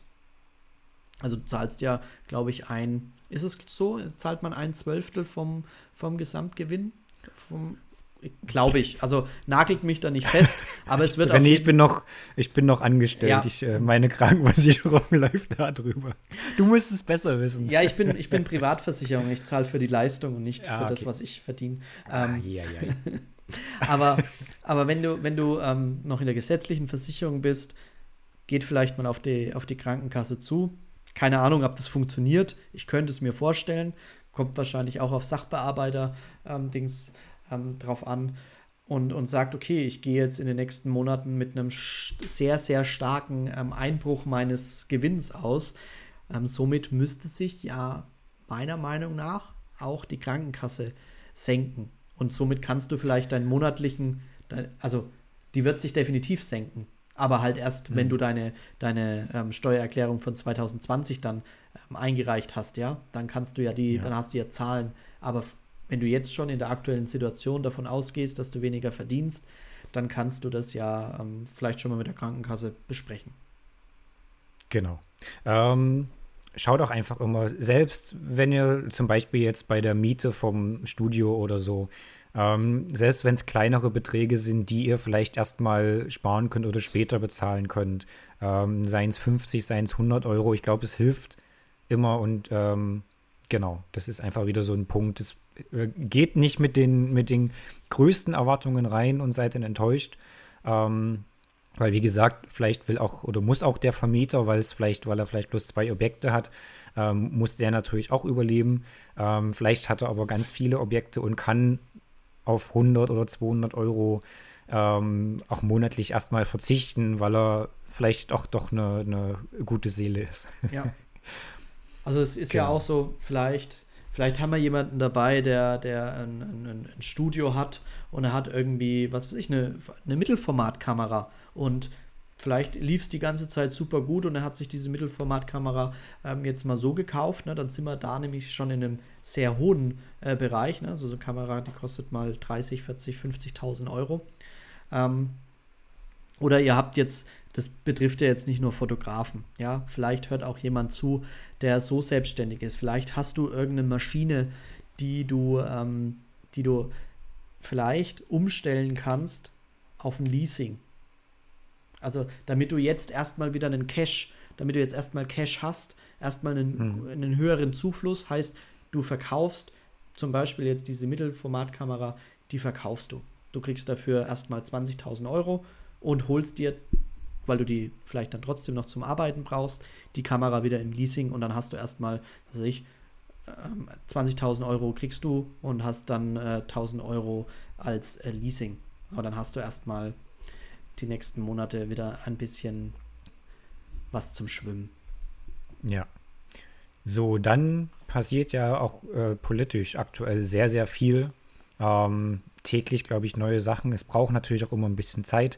Also du zahlst ja, glaube ich, ein, ist es so, zahlt man ein Zwölftel vom, vom Gesamtgewinn? Vom, glaube ich. Also nagelt mich da nicht fest, aber es wird René, ich bin noch, ich bin noch angestellt. Ja. Ich, äh, meine Krankenversicherung läuft da drüber. Du musst es besser wissen. Ja, ich bin, ich bin Privatversicherung. Ich zahle für die Leistung und nicht ja, für okay. das, was ich verdiene. Ah, ähm, ja, ja. aber, aber wenn du, wenn du ähm, noch in der gesetzlichen Versicherung bist, geht vielleicht mal auf die, auf die Krankenkasse zu. Keine Ahnung, ob das funktioniert. Ich könnte es mir vorstellen. Kommt wahrscheinlich auch auf Sachbearbeiter-Dings ähm, drauf an. Und, und sagt, okay, ich gehe jetzt in den nächsten Monaten mit einem sehr, sehr starken ähm, Einbruch meines Gewinns aus. Ähm, somit müsste sich ja meiner Meinung nach auch die Krankenkasse senken. Und somit kannst du vielleicht deinen monatlichen, dein, also die wird sich definitiv senken, aber halt erst, mhm. wenn du deine, deine ähm, Steuererklärung von zwanzig zwanzig dann ähm, eingereicht hast, ja, dann kannst du ja die, ja. dann hast du ja Zahlen, aber wenn du jetzt schon in der aktuellen Situation davon ausgehst, dass du weniger verdienst, dann kannst du das ja ähm, vielleicht schon mal mit der Krankenkasse besprechen. Genau. Ähm, schaut auch einfach immer, selbst wenn ihr zum Beispiel jetzt bei der Miete vom Studio oder so, ähm, selbst wenn es kleinere Beträge sind, die ihr vielleicht erstmal sparen könnt oder später bezahlen könnt, ähm, seien es fünfzig, seien es hundert Euro, ich glaube, es hilft immer und ähm, genau, das ist einfach wieder so ein Punkt, das geht nicht mit den, mit den größten Erwartungen rein und seid dann enttäuscht. Ähm, weil, wie gesagt, vielleicht will auch oder muss auch der Vermieter, weil es vielleicht, weil er vielleicht bloß zwei Objekte hat, ähm, muss der natürlich auch überleben. Ähm, vielleicht hat er aber ganz viele Objekte und kann auf hundert oder zweihundert Euro ähm, auch monatlich erstmal verzichten, weil er vielleicht auch doch eine, eine gute Seele ist. Ja. Also es ist genau. ja auch so, vielleicht Vielleicht haben wir jemanden dabei, der, der ein, ein, ein Studio hat und er hat irgendwie, was weiß ich, eine, eine Mittelformatkamera und vielleicht lief es die ganze Zeit super gut und er hat sich diese Mittelformatkamera ähm, jetzt mal so gekauft, ne? Dann sind wir da nämlich schon in einem sehr hohen äh, Bereich, ne? Also so eine Kamera, die kostet mal dreißig, vierzig, fünfzigtausend Euro. Ähm, Oder ihr habt jetzt, das betrifft ja jetzt nicht nur Fotografen, ja, vielleicht hört auch jemand zu, der so selbstständig ist. Vielleicht hast du irgendeine Maschine, die du, ähm, die du vielleicht umstellen kannst auf ein Leasing. Also damit du jetzt erstmal wieder einen Cash, damit du jetzt erstmal Cash hast, erstmal einen, hm. einen höheren Zufluss, heißt, du verkaufst zum Beispiel jetzt diese Mittelformatkamera, die verkaufst du. Du kriegst dafür erstmal zwanzigtausend Euro und holst dir, weil du die vielleicht dann trotzdem noch zum Arbeiten brauchst, die Kamera wieder im Leasing und dann hast du erstmal, was weiß ich, zwanzigtausend Euro kriegst du und hast dann äh, tausend Euro als äh, Leasing. Aber dann hast du erstmal die nächsten Monate wieder ein bisschen was zum Schwimmen. Ja. So, dann passiert ja auch äh, politisch aktuell sehr, sehr viel. ähm, täglich, glaube ich, neue Sachen. Es braucht natürlich auch immer ein bisschen Zeit,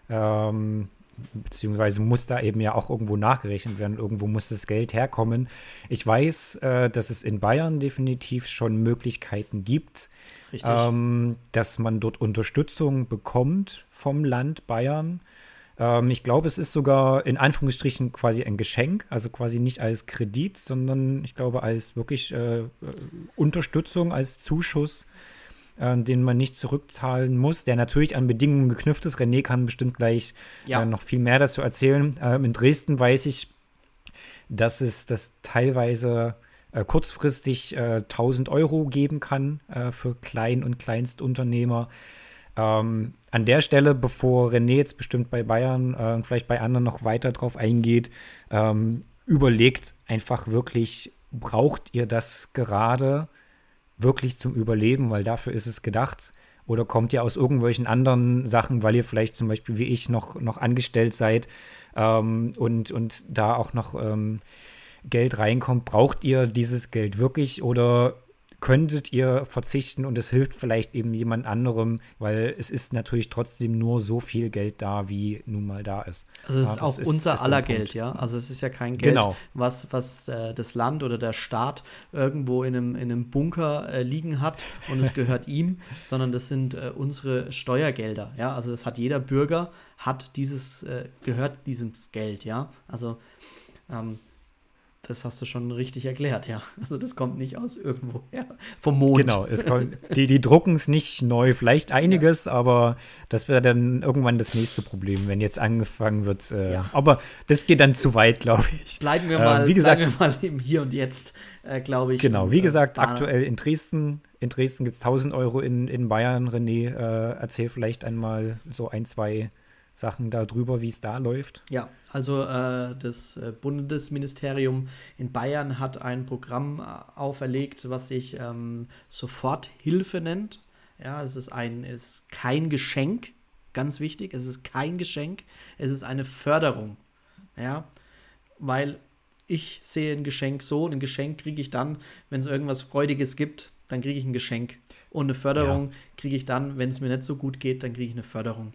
ähm, beziehungsweise muss da eben ja auch irgendwo nachgerechnet werden. Irgendwo muss das Geld herkommen. Ich weiß, äh, dass es in Bayern definitiv schon Möglichkeiten gibt, Richtig. ähm, dass man dort Unterstützung bekommt vom Land Bayern. Ähm, ich glaube, es ist sogar in Anführungsstrichen quasi ein Geschenk, also quasi nicht als Kredit, sondern ich glaube als wirklich äh, Unterstützung, als Zuschuss, äh, den man nicht zurückzahlen muss, der natürlich an Bedingungen geknüpft ist. René kann bestimmt gleich Ja. äh, noch viel mehr dazu erzählen. Ähm, in Dresden weiß ich, dass es das teilweise äh, kurzfristig äh, tausend Euro geben kann äh, für Klein- und Kleinstunternehmer. Ähm, an der Stelle, bevor René jetzt bestimmt bei Bayern äh, und vielleicht bei anderen noch weiter drauf eingeht, ähm, überlegt einfach wirklich, braucht ihr das gerade wirklich zum Überleben, weil dafür ist es gedacht? Oder kommt ihr aus irgendwelchen anderen Sachen, weil ihr vielleicht zum Beispiel wie ich noch, noch angestellt seid ähm, und, und da auch noch ähm, Geld reinkommt? Braucht ihr dieses Geld wirklich oder könntet ihr verzichten und es hilft vielleicht eben jemand anderem, weil es ist natürlich trotzdem nur so viel Geld da, wie nun mal da ist. Also es Ja, ist das auch ist- unser ist so ein aller Punkt. Geld, ja. Also es ist ja kein Geld, Genau. was, was äh, das Land oder der Staat irgendwo in einem, in einem Bunker äh, liegen hat und es gehört ihm, sondern das sind äh, unsere Steuergelder, ja. Also das hat jeder Bürger, hat dieses, äh, gehört diesem Geld, ja. Also ähm, das hast du schon richtig erklärt, ja. Also das kommt nicht aus irgendwoher vom Mond. Genau, es kommt, die, die drucken es nicht neu, vielleicht einiges, aber das wäre dann irgendwann das nächste Problem, wenn jetzt angefangen wird. Äh, Ja. Aber das geht dann zu weit, glaube ich. Bleiben wir Äh, mal, wie gesagt- bleiben wir mal im Hier und Jetzt, äh, glaube ich. Genau, Und, wie äh, gesagt, da- aktuell in Dresden. In Dresden gibt es tausend Euro, in, in Bayern. René, äh, erzähl vielleicht einmal so ein, zwei Sachen darüber, wie es da läuft. Ja, also äh, das äh, Bundesministerium in Bayern hat ein Programm äh, auferlegt, was sich ähm, Soforthilfe nennt. Ja, es ist ein, ist kein Geschenk, ganz wichtig, es ist kein Geschenk, es ist eine Förderung. Ja, weil ich sehe ein Geschenk so, ein Geschenk kriege ich dann, wenn es irgendwas Freudiges gibt, dann kriege ich ein Geschenk. Und eine Förderung kriege ich dann, wenn es mir nicht so gut geht, dann kriege ich eine Förderung.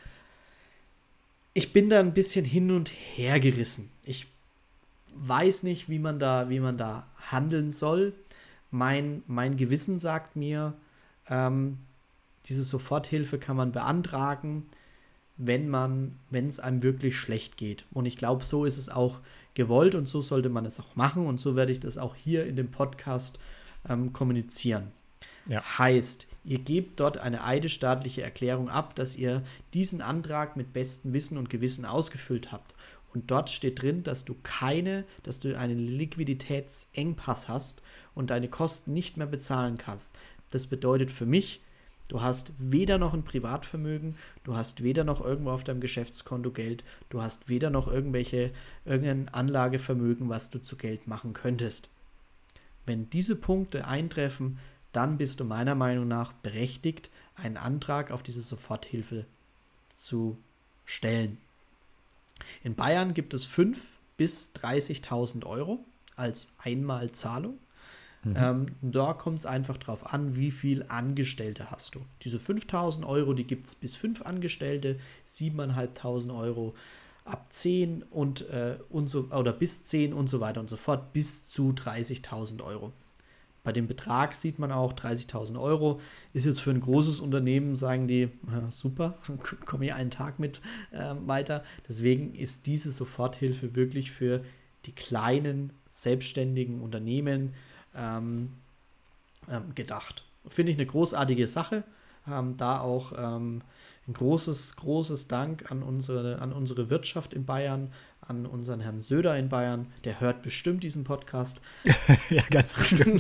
Ich bin da ein bisschen hin und her gerissen. Ich weiß nicht, wie man da, wie man da handeln soll. Mein, mein Gewissen sagt mir, ähm, diese Soforthilfe kann man beantragen, wenn man, wenn es einem wirklich schlecht geht. Und ich glaube, so ist es auch gewollt und so sollte man es auch machen und so werde ich das auch hier in dem Podcast ähm, kommunizieren. Ja. Heißt, ihr gebt dort eine eidesstaatliche Erklärung ab, dass ihr diesen Antrag mit bestem Wissen und Gewissen ausgefüllt habt. Und dort steht drin, dass du keine, dass du einen Liquiditätsengpass hast und deine Kosten nicht mehr bezahlen kannst. Das bedeutet für mich, du hast weder noch ein Privatvermögen, du hast weder noch irgendwo auf deinem Geschäftskonto Geld, du hast weder noch irgendwelche, irgendein Anlagevermögen, was du zu Geld machen könntest. Wenn diese Punkte eintreffen, dann bist du meiner Meinung nach berechtigt, einen Antrag auf diese Soforthilfe zu stellen. In Bayern gibt es fünf bis dreißigtausend Euro als Einmalzahlung. Mhm. Ähm, da kommt es einfach drauf an, wie viel Angestellte hast du. Diese fünftausend Euro, die gibt es bis fünf Angestellte, siebentausendfünfhundert Euro ab zehn und, äh, und so, oder bis zehn und so weiter und so fort, bis zu dreißigtausend Euro. Bei dem Betrag sieht man auch, dreißigtausend Euro ist jetzt für ein großes Unternehmen, sagen die, ja, super, komme ich einen Tag mit äh, weiter. Deswegen ist diese Soforthilfe wirklich für die kleinen, selbstständigen Unternehmen ähm, ähm, gedacht. Finde ich eine großartige Sache. Ähm, da auch ähm, ein großes, großes Dank an unsere, an unsere Wirtschaft in Bayern, an unseren Herrn Söder in Bayern. Der hört bestimmt diesen Podcast. Ja, ganz bestimmt.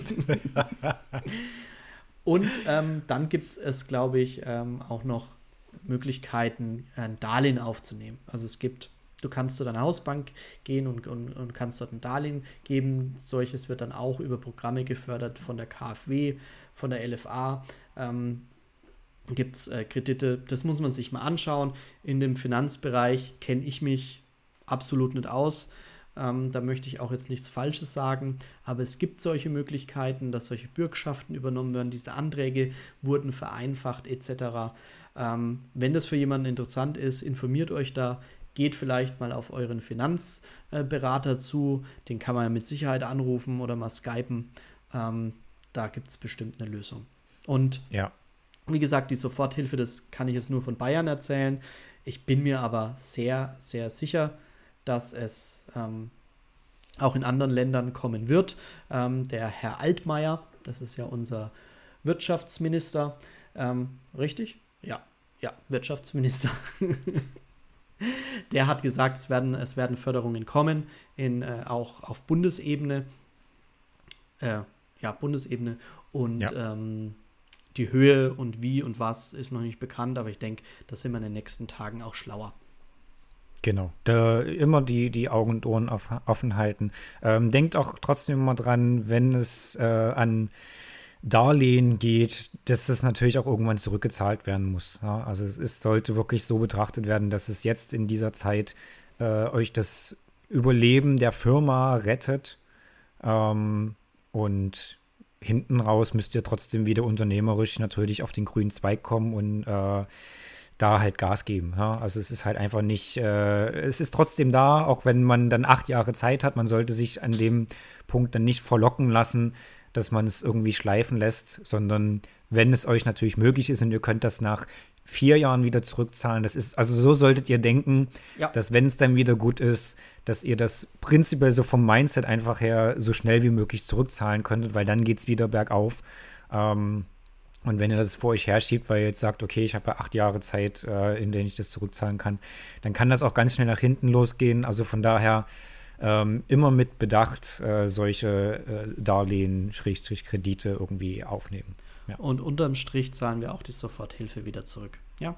Und ähm, dann gibt es, glaube ich, ähm, auch noch Möglichkeiten, ein Darlehen aufzunehmen. Also es gibt, du kannst zu deiner Hausbank gehen und, und, und kannst dort ein Darlehen geben. Solches wird dann auch über Programme gefördert von der K f W, von der L F A. Ähm, gibt es äh, Kredite, das muss man sich mal anschauen. In dem Finanzbereich kenne ich mich absolut nicht aus. Ähm, da möchte ich auch jetzt nichts Falsches sagen, aber es gibt solche Möglichkeiten, dass solche Bürgschaften übernommen werden. Diese Anträge wurden vereinfacht et cetera. Ähm, wenn das für jemanden interessant ist, informiert euch da. Geht vielleicht mal auf euren Finanzberater zu. Den kann man ja mit Sicherheit anrufen oder mal skypen. Ähm, da gibt es bestimmt eine Lösung. Und Ja. wie gesagt, die Soforthilfe, das kann ich jetzt nur von Bayern erzählen. Ich bin mir aber sehr, sehr sicher, dass es ähm, auch in anderen Ländern kommen wird. Ähm, der Herr Altmaier, das ist ja unser Wirtschaftsminister, ähm, richtig? Ja, ja, Wirtschaftsminister. Der hat gesagt, es werden, es werden Förderungen kommen, in, äh, auch auf Bundesebene. Äh, ja, Bundesebene. Und Ja. ähm, die Höhe und wie und was ist noch nicht bekannt, aber ich denke, da sind wir in den nächsten Tagen auch schlauer. Genau, da immer die, die Augen und Ohren auf, offen halten. Ähm, denkt auch trotzdem immer dran, wenn es äh, an Darlehen geht, dass das natürlich auch irgendwann zurückgezahlt werden muss. Ja? Also es ist, sollte wirklich so betrachtet werden, dass es jetzt in dieser Zeit äh, euch das Überleben der Firma rettet. Ähm, und hinten raus müsst ihr trotzdem wieder unternehmerisch natürlich auf den grünen Zweig kommen und äh, da halt Gas geben. Ja? Also es ist halt einfach nicht, äh, es ist trotzdem da, auch wenn man dann acht Jahre Zeit hat. Man sollte sich an dem Punkt dann nicht verlocken lassen, dass man es irgendwie schleifen lässt, sondern wenn es euch natürlich möglich ist und ihr könnt das nach vier Jahren wieder zurückzahlen, das ist, also so solltet ihr denken, Ja. dass wenn es dann wieder gut ist, dass ihr das prinzipiell so vom Mindset einfach her so schnell wie möglich zurückzahlen könntet, weil dann geht es wieder bergauf. Ähm, Und wenn ihr das vor euch herschiebt, weil ihr jetzt sagt, okay, ich habe ja acht Jahre Zeit, äh, in denen ich das zurückzahlen kann, dann kann das auch ganz schnell nach hinten losgehen. Also von daher ähm, immer mit Bedacht äh, solche äh, Darlehen, Schrägstrich Kredite irgendwie aufnehmen. Ja, Und unterm Strich zahlen wir auch die Soforthilfe wieder zurück. Ja.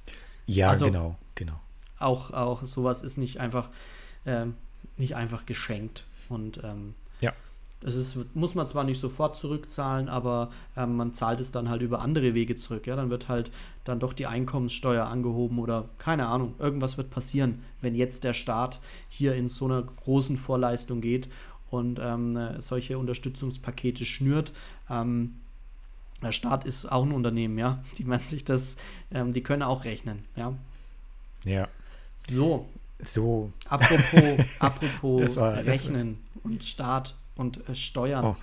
ja Also- genau, genau. Auch, auch sowas ist nicht einfach, ähm, nicht einfach geschenkt. Und ähm, Ja. es ist, muss man zwar nicht sofort zurückzahlen, aber ähm, man zahlt es dann halt über andere Wege zurück. Ja? Dann wird halt dann doch die Einkommenssteuer angehoben oder keine Ahnung, irgendwas wird passieren, wenn jetzt der Staat hier in so einer großen Vorleistung geht und ähm, solche Unterstützungspakete schnürt. Ähm, der Staat ist auch ein Unternehmen, ja. Die man sich das, ähm, die können auch rechnen, ja. Ja, So, so. apropos, apropos Das war- das Rechnen und Staat und äh, Steuern. Oh.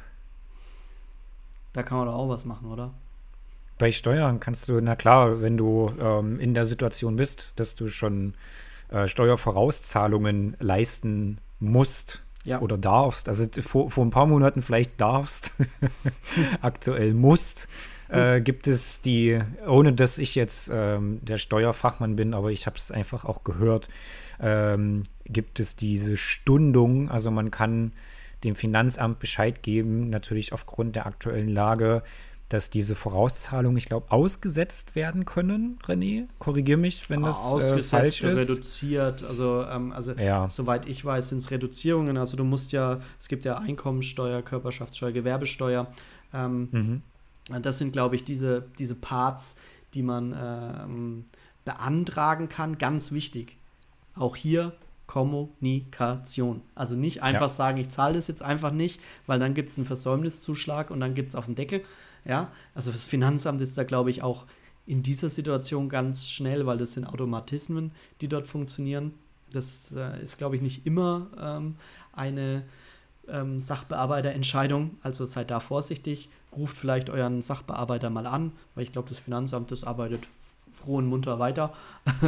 Da kann man doch auch was machen, oder? Bei Steuern kannst du, na klar, wenn du ähm, in der Situation bist, dass du schon äh, Steuervorauszahlungen leisten musst Ja. oder darfst, also t- vor, vor ein paar Monaten vielleicht darfst, aktuell musst, äh, gibt es die, ohne dass ich jetzt ähm, der Steuerfachmann bin, aber ich habe es einfach auch gehört, ähm, gibt es diese Stundung, also man kann dem Finanzamt Bescheid geben, natürlich aufgrund der aktuellen Lage, dass diese Vorauszahlungen, ich glaube, ausgesetzt werden können, René. Korrigier mich, wenn das äh, Ausgesetzt, falsch ist. reduziert, also, ähm, also Ja. soweit ich weiß, sind es Reduzierungen. Also du musst ja, es gibt ja Einkommensteuer, Körperschaftssteuer, Gewerbesteuer. Ähm, Mhm. Das sind, glaube ich, diese, diese Parts, die man ähm, beantragen kann. Ganz wichtig. Auch hier Kommunikation. Also nicht einfach Ja. sagen, ich zahle das jetzt einfach nicht, weil dann gibt es einen Versäumniszuschlag und dann gibt es auf den Deckel. Ja, also das Finanzamt ist da, glaube ich, auch in dieser Situation ganz schnell, weil das sind Automatismen, die dort funktionieren. Das äh, ist, glaube ich, nicht immer ähm, eine ähm, Sachbearbeiterentscheidung. Also seid da vorsichtig. Ruft vielleicht euren Sachbearbeiter mal an, weil ich glaube, das Finanzamt, das arbeitet froh und munter weiter.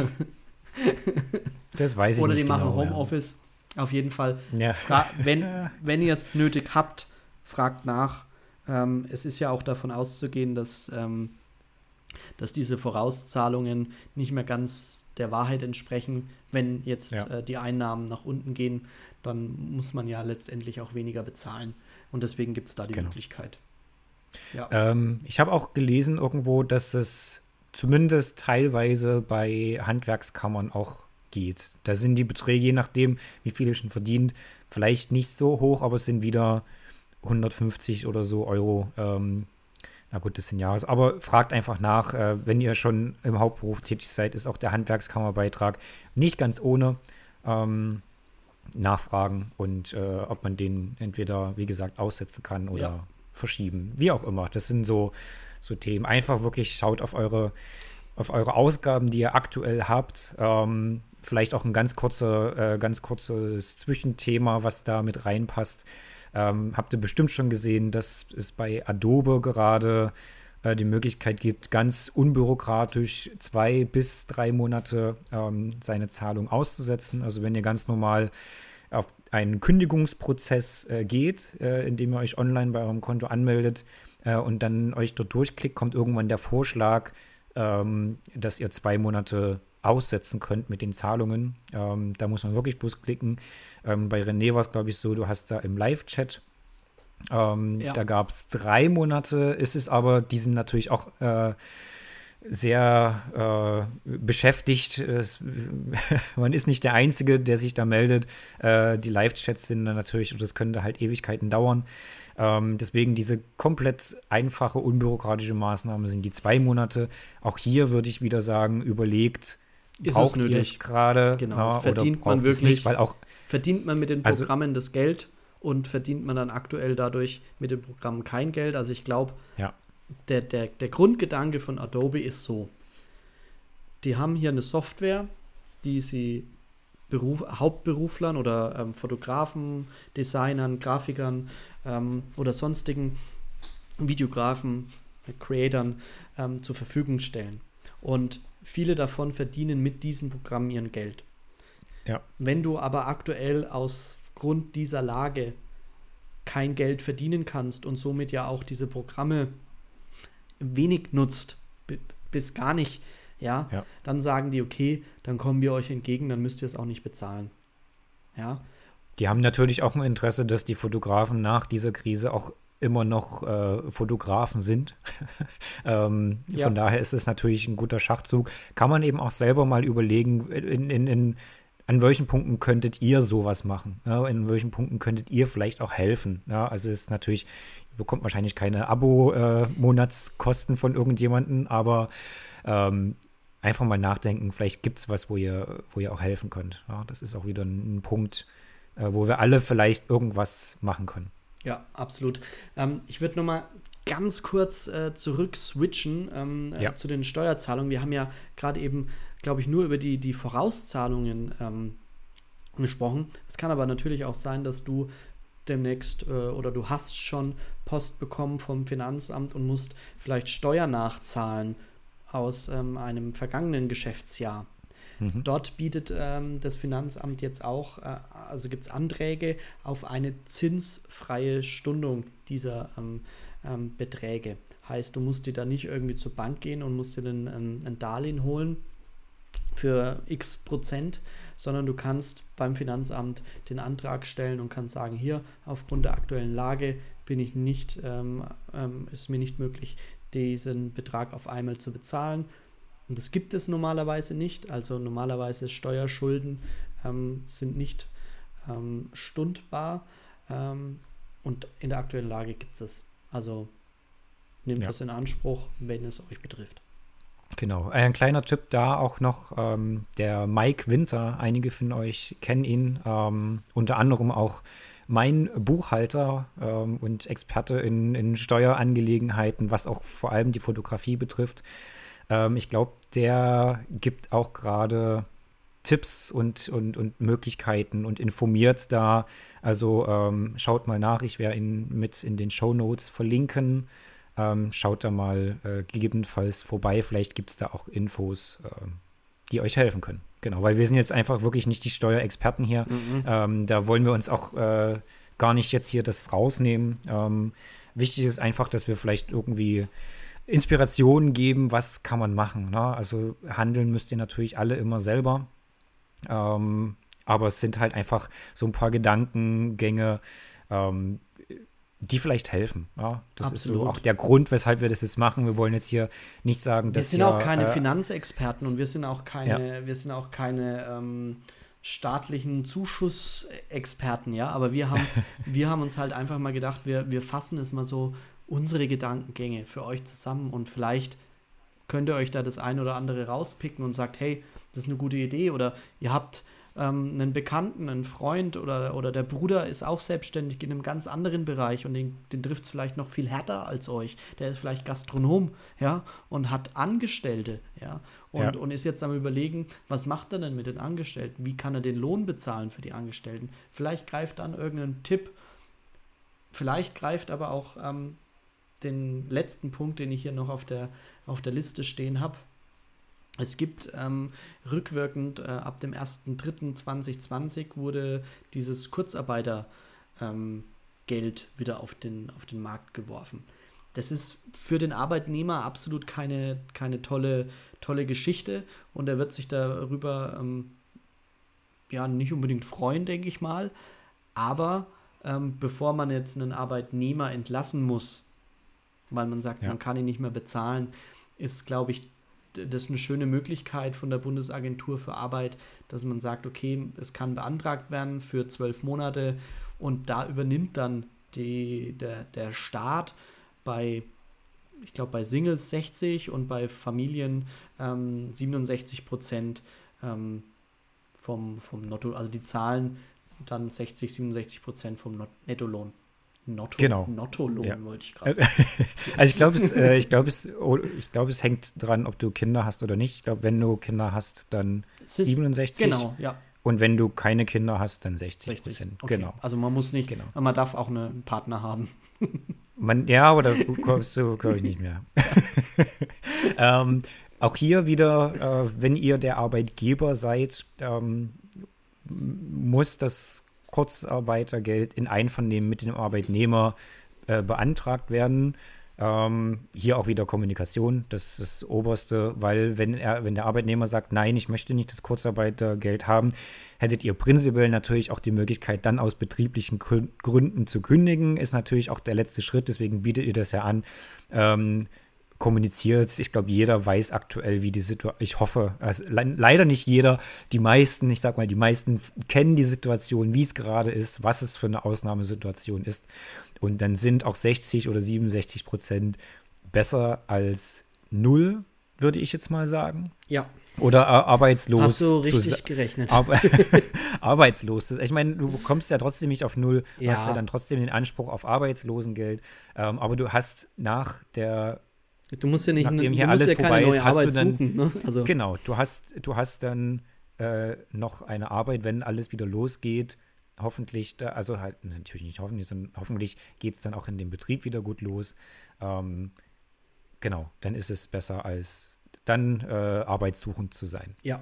Das weiß ich Oder nicht die genau. machen Homeoffice. Auf jeden Fall. Ja. Fra- wenn, wenn ihr es nötig habt, fragt nach. Ähm, es ist ja auch davon auszugehen, dass, ähm, dass diese Vorauszahlungen nicht mehr ganz der Wahrheit entsprechen. Wenn jetzt Ja. äh, die Einnahmen nach unten gehen, dann muss man ja letztendlich auch weniger bezahlen. Und deswegen gibt es da die Genau. Möglichkeit. Ja. Ähm, ich habe auch gelesen irgendwo, dass es zumindest teilweise bei Handwerkskammern auch geht. Da sind die Beträge, je nachdem, wie viel ihr schon verdient, vielleicht nicht so hoch, aber es sind wieder hundertfünfzig oder so Euro. Ähm, na gut, das sind Jahres. Aber fragt einfach nach, äh, wenn ihr schon im Hauptberuf tätig seid, ist auch der Handwerkskammerbeitrag nicht ganz ohne. Ähm, nachfragen und äh, ob man den entweder, wie gesagt, aussetzen kann oder Ja. verschieben. Wie auch immer. Das sind so, so Themen. Einfach wirklich schaut auf eure, auf eure Ausgaben, die ihr aktuell habt. Ähm, vielleicht auch ein ganz, kurzer, äh, ganz kurzes Zwischenthema, was da mit reinpasst. Ähm, habt ihr bestimmt schon gesehen, dass es bei Adobe gerade äh, die Möglichkeit gibt, ganz unbürokratisch zwei bis drei Monate ähm, seine Zahlung auszusetzen. Also wenn ihr ganz normal auf einen Kündigungsprozess äh, geht, äh, indem ihr euch online bei eurem Konto anmeldet äh, und dann euch dort durchklickt, kommt irgendwann der Vorschlag, ähm, dass ihr zwei Monate aussetzen könnt mit den Zahlungen. Ähm, da muss man wirklich bloß klicken. Ähm, bei René war es, glaube ich, so, du hast da im Live-Chat, ähm, Ja. da gab es drei Monate, ist es aber, die sind natürlich auch äh, sehr äh, beschäftigt. Es, man ist nicht der Einzige, der sich da meldet. Äh, die Live-Chats sind dann natürlich, und das könnte halt Ewigkeiten dauern. Ähm, deswegen diese komplett einfache, unbürokratische Maßnahme sind die zwei Monate. Auch hier würde ich wieder sagen, überlegt, Ist es braucht ihr nötig? es gerade Genau. ja, Verdient oder man braucht es wirklich- nicht, weil auch Verdient man mit den Also- Programmen das Geld und verdient man dann aktuell dadurch mit den Programmen kein Geld? Also ich glaube, ja, der, der, der Grundgedanke von Adobe ist so, die haben hier eine Software, die sie Beruf, Hauptberuflern oder ähm, Fotografen, Designern, Grafikern ähm, oder sonstigen Videografen, äh, Creatern ähm, zur Verfügung stellen. Und viele davon verdienen mit diesem Programm ihren Geld. Ja. Wenn du aber aktuell aus Grund dieser Lage kein Geld verdienen kannst und somit ja auch diese Programme wenig nutzt, bi- bis gar nicht, ja, Ja. dann sagen die, okay, dann kommen wir euch entgegen, dann müsst ihr es auch nicht bezahlen. Ja, die haben natürlich auch ein Interesse, dass die Fotografen nach dieser Krise auch immer noch äh, Fotografen sind. ähm, Ja. Von daher ist es natürlich ein guter Schachzug. Kann man eben auch selber mal überlegen, in, in, in, an welchen Punkten könntet ihr sowas machen? Ja, in welchen Punkten könntet ihr vielleicht auch helfen? Ja, also es ist natürlich, ihr bekommt wahrscheinlich keine Abo-Monatskosten von irgendjemandem, aber ähm, einfach mal nachdenken, vielleicht gibt es was, wo ihr, wo ihr auch helfen könnt. Ja, das ist auch wieder ein, ein Punkt, äh, wo wir alle vielleicht irgendwas machen können. ja, absolut. Ähm, ich würde nochmal ganz kurz äh, zurück switchen ähm, äh, Ja. zu den Steuerzahlungen. Wir haben ja gerade eben, glaube ich, nur über die, die Vorauszahlungen ähm, gesprochen. Es kann aber natürlich auch sein, dass du demnächst äh, oder du hast schon Post bekommen vom Finanzamt und musst vielleicht Steuer nachzahlen aus ähm, einem vergangenen Geschäftsjahr. Mhm. Dort bietet ähm, das Finanzamt jetzt auch, äh, also gibt es Anträge auf eine zinsfreie Stundung dieser ähm, ähm, Beträge. Heißt, du musst dir da nicht irgendwie zur Bank gehen und musst dir dann ähm, ein Darlehen holen für x Prozent, sondern du kannst beim Finanzamt den Antrag stellen und kannst sagen, hier, aufgrund der aktuellen Lage bin ich nicht, ähm, ähm, ist mir nicht möglich, diesen Betrag auf einmal zu bezahlen. Und das gibt es normalerweise nicht. Also normalerweise Steuerschulden ähm, sind nicht ähm, stundbar. Ähm, und in der aktuellen Lage gibt es es. Also nehmt Ja. das in Anspruch, wenn es euch betrifft. Genau. Ein kleiner Tipp da auch noch, ähm, der Mike Winter, einige von euch kennen ihn, ähm, unter anderem auch mein Buchhalter ähm, und Experte in, in Steuerangelegenheiten, was auch vor allem die Fotografie betrifft. Ähm, ich glaube, der gibt auch gerade Tipps und, und, und Möglichkeiten und informiert da. Also ähm, schaut mal nach, ich werde ihn mit in den Shownotes verlinken. Ähm, schaut da mal äh, gegebenenfalls vorbei. Vielleicht gibt es da auch Infos, ähm, die euch helfen können. Genau, weil wir sind jetzt einfach wirklich nicht die Steuerexperten hier. Mhm. Ähm, da wollen wir uns auch äh, gar nicht jetzt hier das rausnehmen. Ähm, wichtig ist einfach, dass wir vielleicht irgendwie Inspirationen geben, was kann man machen. Ne? Also handeln müsst ihr natürlich alle immer selber. Ähm, aber es sind halt einfach so ein paar Gedankengänge, ähm, die vielleicht helfen. Ja? Das Absolut. ist so auch der Grund, weshalb wir das jetzt machen. Wir wollen jetzt hier nicht sagen, Wir dass sind hier, auch keine äh, Finanzexperten und wir sind auch keine, wir sind auch keine ähm, staatlichen Zuschussexperten, ja. Aber wir haben, wir haben uns halt einfach mal gedacht, wir, wir fassen es mal so unsere Gedankengänge für euch zusammen und vielleicht könnt ihr euch da das ein oder andere rauspicken und sagt, hey, das ist eine gute Idee oder ihr habt ähm, einen Bekannten, einen Freund oder, oder der Bruder ist auch selbstständig in einem ganz anderen Bereich und den, den trifft es vielleicht noch viel härter als euch. Der ist vielleicht Gastronom, ja, und hat Angestellte, ja, und, Ja. und ist jetzt am Überlegen, was macht er denn mit den Angestellten? Wie kann er den Lohn bezahlen für die Angestellten? Vielleicht greift dann irgendein Tipp, vielleicht greift aber auch ähm, den letzten Punkt, den ich hier noch auf der, auf der Liste stehen habe. Es gibt ähm, rückwirkend äh, ab dem ersten dritten zweitausendzwanzig wurde dieses Kurzarbeitergeld ähm, Geld wieder auf den, auf den Markt geworfen. Das ist für den Arbeitnehmer absolut keine, keine tolle, tolle Geschichte und er wird sich darüber ähm, ja nicht unbedingt freuen, denke ich mal. Aber ähm, bevor man jetzt einen Arbeitnehmer entlassen muss, weil man sagt, Ja. man kann ihn nicht mehr bezahlen, ist, glaube ich, d- das ist eine schöne Möglichkeit von der Bundesagentur für Arbeit, dass man sagt, okay, es kann beantragt werden für zwölf Monate und da übernimmt dann die, der, der Staat bei, ich glaube, bei Singles sechzig und bei Familien ähm, siebenundsechzig Prozent ähm, vom, vom Netto, also die zahlen dann sechzig, siebenundsechzig Prozent vom Not- Nettolohn. Notto, Genau. Nettolohn Ja. wollte ich gerade Also, sagen. also ich glaube, es, äh, ich glaube, es, oh, ich glaube, es hängt dran, ob du Kinder hast oder nicht. Ich glaube, wenn du Kinder hast, dann Es ist- siebenundsechzig. Genau, ja. Und wenn du keine Kinder hast, dann sechzig sechzig. Prozent. Okay. Genau. Also man muss nicht, Genau. man darf auch eine- einen Partner haben. Man, ja, aber da kommst du, glaube ich, nicht mehr. ähm, auch hier wieder, äh, wenn ihr der Arbeitgeber seid, ähm, muss das Kurzarbeitergeld in Einvernehmen mit dem Arbeitnehmer äh, beantragt werden. Ähm, hier auch wieder Kommunikation, das ist das Oberste, weil wenn er, wenn der Arbeitnehmer sagt, nein, ich möchte nicht das Kurzarbeitergeld haben, hättet ihr prinzipiell natürlich auch die Möglichkeit, dann aus betrieblichen Grü- Gründen zu kündigen, ist natürlich auch der letzte Schritt, deswegen bietet ihr das ja an. Ähm, kommuniziert. Ich glaube, jeder weiß aktuell, wie die Situation, ich hoffe, also le leider nicht jeder, die meisten, ich sag mal, die meisten kennen die Situation, wie es gerade ist, was es für eine Ausnahmesituation ist. Und dann sind auch sechzig oder siebenundsechzig Prozent besser als null, würde ich jetzt mal sagen. Ja. Oder äh, arbeitslos. Hast du zu richtig sa- gerechnet. Ar arbeitslos. Ich meine, du kommst ja trotzdem nicht auf null, Ja. hast ja dann trotzdem den Anspruch auf Arbeitslosengeld. Ähm, aber du hast nach der Du musst ja nicht, Nachdem du hier musst alles ja keine vorbei ist, neue hast du Arbeit dann- suchen. Ne? Also, Genau, du hast, du hast dann äh, noch eine Arbeit, wenn alles wieder losgeht. Hoffentlich, da, also halt natürlich nicht hoffentlich, sondern hoffentlich geht es dann auch in dem Betrieb wieder gut los. Ähm, genau, dann ist es besser, als dann äh, arbeitssuchend zu sein. ja.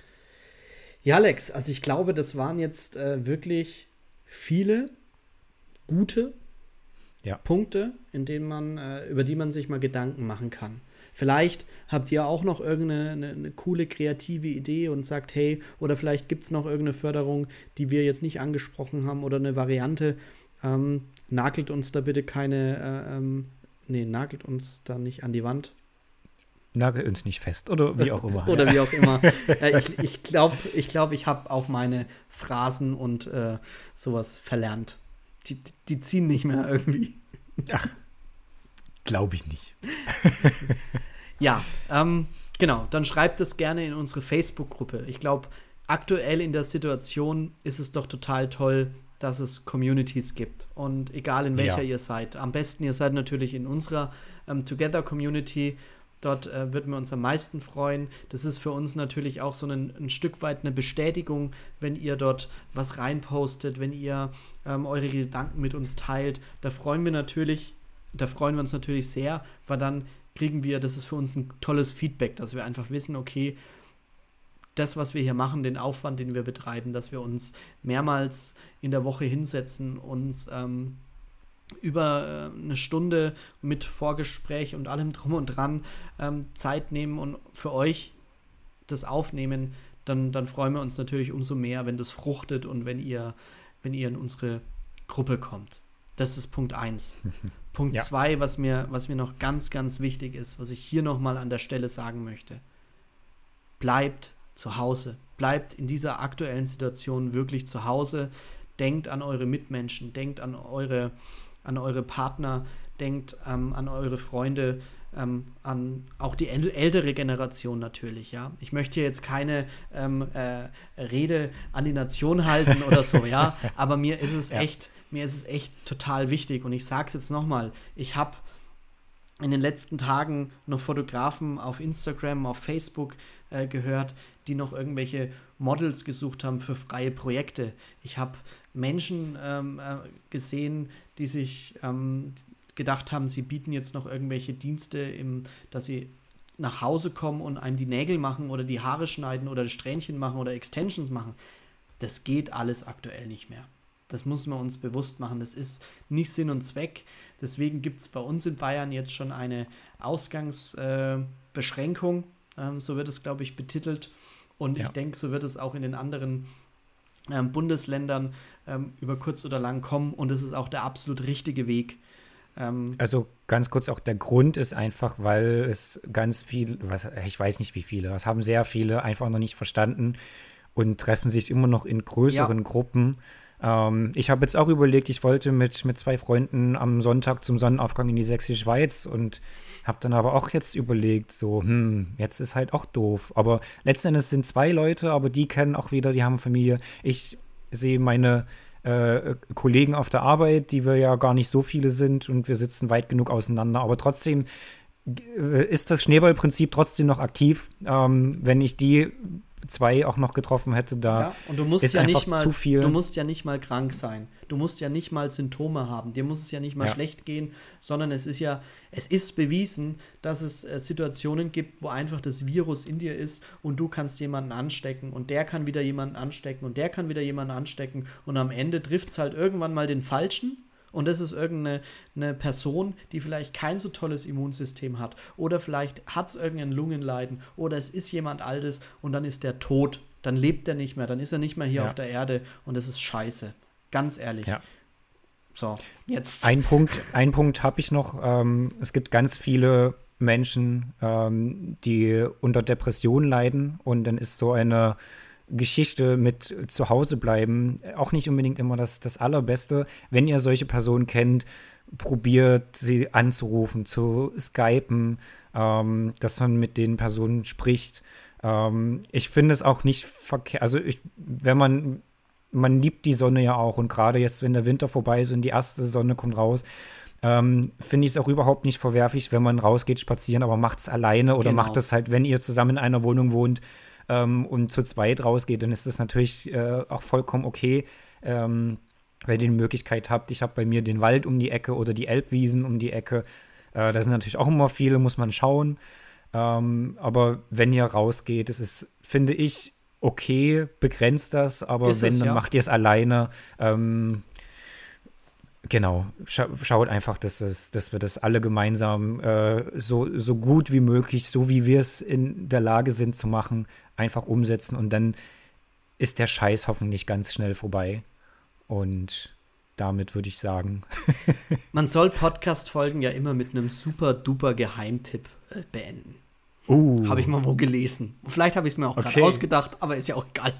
Ja, Alex, also ich glaube, das waren jetzt äh, wirklich viele gute Ja. Punkte, in denen man, äh, über die man sich mal Gedanken machen kann. Vielleicht habt ihr auch noch irgendeine eine, eine coole, kreative Idee und sagt, hey, oder vielleicht gibt es noch irgendeine Förderung, die wir jetzt nicht angesprochen haben oder eine Variante. Ähm, nagelt uns da bitte keine, äh, ähm, nee, nagelt uns da nicht an die Wand. Nagel uns nicht fest oder wie auch immer. Oder ja. wie auch immer. äh, ich ich glaube, ich, glaub, ich habe auch meine Phrasen und äh, sowas verlernt. Die, die, die ziehen nicht mehr irgendwie. Glaube ich nicht. Ja, ähm, genau. Dann schreibt es gerne in unsere Facebook-Gruppe. Ich glaube, aktuell in der Situation ist es doch total toll, dass es Communities gibt. Und egal in welcher Ja. ihr seid. Am besten, ihr seid natürlich in unserer ähm, Together-Community. Dort äh, würden wir uns am meisten freuen. Das ist für uns natürlich auch so ein, ein Stück weit eine Bestätigung, wenn ihr dort was reinpostet, wenn ihr ähm, eure Gedanken mit uns teilt. Da freuen wir natürlich, da freuen wir uns natürlich sehr, weil dann kriegen wir, das ist für uns ein tolles Feedback, dass wir einfach wissen, okay, das, was wir hier machen, den Aufwand, den wir betreiben, dass wir uns mehrmals in der Woche hinsetzen, uns ähm, über äh, eine Stunde mit Vorgespräch und allem drum und dran ähm, Zeit nehmen und für euch das aufnehmen, dann, dann freuen wir uns natürlich umso mehr, wenn das fruchtet und wenn ihr, wenn ihr in unsere Gruppe kommt. Das ist Punkt eins. Punkt Ja. zwei, was mir, was mir noch ganz, ganz wichtig ist, was ich hier nochmal an der Stelle sagen möchte. Bleibt zu Hause. Bleibt in dieser aktuellen Situation wirklich zu Hause. Denkt an eure Mitmenschen, denkt an eure, an eure Partner, denkt ähm, an eure Freunde. ähm, an auch die äl- ältere Generation natürlich, ja. Ich möchte hier jetzt keine ähm, äh, Rede an die Nation halten oder so, ja, aber mir ist es Ja. echt, mir ist es echt total wichtig und ich sag's jetzt nochmal, ich habe in den letzten Tagen noch Fotografen auf Instagram, auf Facebook äh, gehört, die noch irgendwelche Models gesucht haben für freie Projekte. Ich habe Menschen ähm, äh, gesehen, die sich ähm, gedacht haben, sie bieten jetzt noch irgendwelche Dienste, im, dass sie nach Hause kommen und einem die Nägel machen oder die Haare schneiden oder Strähnchen machen oder Extensions machen. Das geht alles aktuell nicht mehr. Das muss man uns bewusst machen. Das ist nicht Sinn und Zweck. Deswegen gibt es bei uns in Bayern jetzt schon eine Ausgangsbeschränkung. Äh, ähm, so wird es, glaube ich, betitelt. Und Ja. ich denke, so wird es auch in den anderen ähm, Bundesländern ähm, über kurz oder lang kommen. Und es ist auch der absolut richtige Weg. Ähm, Also ganz kurz auch der Grund ist einfach, weil es ganz viel, was, ich weiß nicht wie viele, das haben sehr viele einfach noch nicht verstanden und treffen sich immer noch in größeren Ja. Gruppen. Ähm, ich habe jetzt auch überlegt, ich wollte mit, mit zwei Freunden am Sonntag zum Sonnenaufgang in die Sächsische Schweiz und habe dann aber auch jetzt überlegt, so, hm, jetzt ist halt auch doof. Aber letzten Endes sind zwei Leute, aber die kennen auch wieder, die haben Familie. Ich sehe meine äh, Kollegen auf der Arbeit, die wir ja gar nicht so viele sind und wir sitzen weit genug auseinander. Aber trotzdem äh, ist das Schneeballprinzip trotzdem noch aktiv. Ähm, wenn ich die zwei auch noch getroffen hätte, da Ja, und du musst ist ja einfach nicht mal, zu viel. du musst ja nicht mal krank sein. Du musst ja nicht mal Symptome haben. Dir muss es ja nicht mal Ja. schlecht gehen, sondern es ist ja, es ist bewiesen, dass es äh, Situationen gibt, wo einfach das Virus in dir ist und du kannst jemanden anstecken und der kann wieder jemanden anstecken und der kann wieder jemanden anstecken und am Ende trifft es halt irgendwann mal den Falschen. Und das ist irgendeine eine Person, die vielleicht kein so tolles Immunsystem hat. Oder vielleicht hat es irgendein Lungenleiden. Oder es ist jemand Altes und dann ist der tot. Dann lebt er nicht mehr. Dann ist er nicht mehr hier Ja. auf der Erde. Und das ist scheiße. Ganz ehrlich. Ja. So, jetzt. Ein Punkt, ein Punkt habe ich noch. Ähm, es gibt ganz viele Menschen, ähm, die unter Depressionen leiden und dann ist so eine Geschichte mit zu Hause bleiben auch nicht unbedingt immer das, das Allerbeste. Wenn ihr solche Personen kennt, probiert sie anzurufen, zu skypen, ähm, dass man mit den Personen spricht. Ähm, ich finde es auch nicht verkehrt, also ich, wenn man man liebt die Sonne ja auch und gerade jetzt, wenn der Winter vorbei ist und die erste Sonne kommt raus, ähm, finde ich es auch überhaupt nicht verwerflich, wenn man rausgeht spazieren, aber macht es alleine oder Genau. macht es halt, wenn ihr zusammen in einer Wohnung wohnt ähm, und zu zweit rausgeht, dann ist das natürlich äh, auch vollkommen okay, ähm, weil ihr die Möglichkeit habt. Ich habe bei mir den Wald um die Ecke oder die Elbwiesen um die Ecke. Äh, da sind natürlich auch immer viele, muss man schauen. Ähm, aber wenn ihr rausgeht, es ist, finde ich, okay, begrenzt das, aber Ist wenn, es, dann ja. macht ihr es alleine. Ähm, genau, scha schaut einfach, dass, es, dass wir das alle gemeinsam äh, so, so gut wie möglich, so wie wir es in der Lage sind zu machen, einfach umsetzen und dann ist der Scheiß hoffentlich ganz schnell vorbei. Und damit würde ich sagen, Man soll Podcast-Folgen ja immer mit einem super duper Geheimtipp äh, beenden. uh, Habe ich mal wo gelesen. Vielleicht habe ich es mir auch gerade Okay. ausgedacht, aber ist ja auch egal.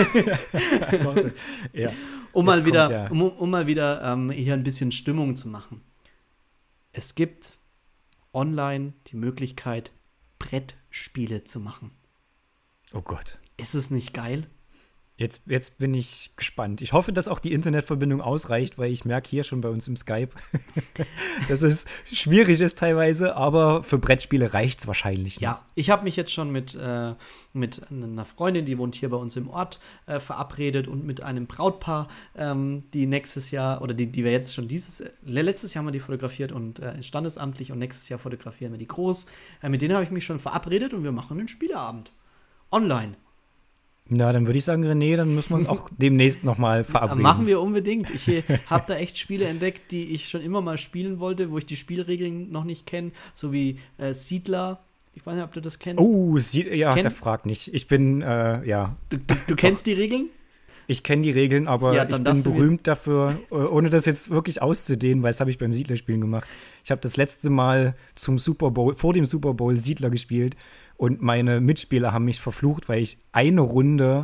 ja. Um Jetzt mal kommt wieder, der- um, um mal wieder ähm, hier ein bisschen Stimmung zu machen. Es gibt online die Möglichkeit, Brettspiele zu machen. Oh Gott. Ist es nicht geil? Jetzt, jetzt bin ich gespannt. Ich hoffe, dass auch die Internetverbindung ausreicht, weil ich merke hier schon bei uns im Skype, dass es schwierig ist teilweise, aber für Brettspiele reicht es wahrscheinlich noch. Ja, ich habe mich jetzt schon mit, äh, mit einer Freundin, die wohnt hier bei uns im Ort, äh, verabredet und mit einem Brautpaar, ähm, die nächstes Jahr, oder die, die wir jetzt schon dieses, äh, letztes Jahr haben wir die fotografiert und äh, standesamtlich und nächstes Jahr fotografieren wir die groß. Äh, mit denen habe ich mich schon verabredet und wir machen einen Spieleabend. Online. Na, dann würde ich sagen, René, dann müssen wir uns auch demnächst nochmal verabreden. Machen wir unbedingt. Ich äh, habe da echt Spiele entdeckt, die ich schon immer mal spielen wollte, wo ich die Spielregeln noch nicht kenne, so wie äh, Siedler. Ich weiß nicht, ob du das kennst. Oh, sie, ja, Kenn- der fragt nicht. Ich bin, äh, ja, Du, du, du kennst die Regeln? ich kenne die Regeln, aber Ja, ich dann bin darfst du mir- berühmt dafür, äh, ohne das jetzt wirklich auszudehnen, weil das habe ich beim Siedlerspielen gemacht. Ich habe das letzte Mal zum Super Bowl, vor dem Super Bowl Siedler gespielt und meine Mitspieler haben mich verflucht, weil ich eine Runde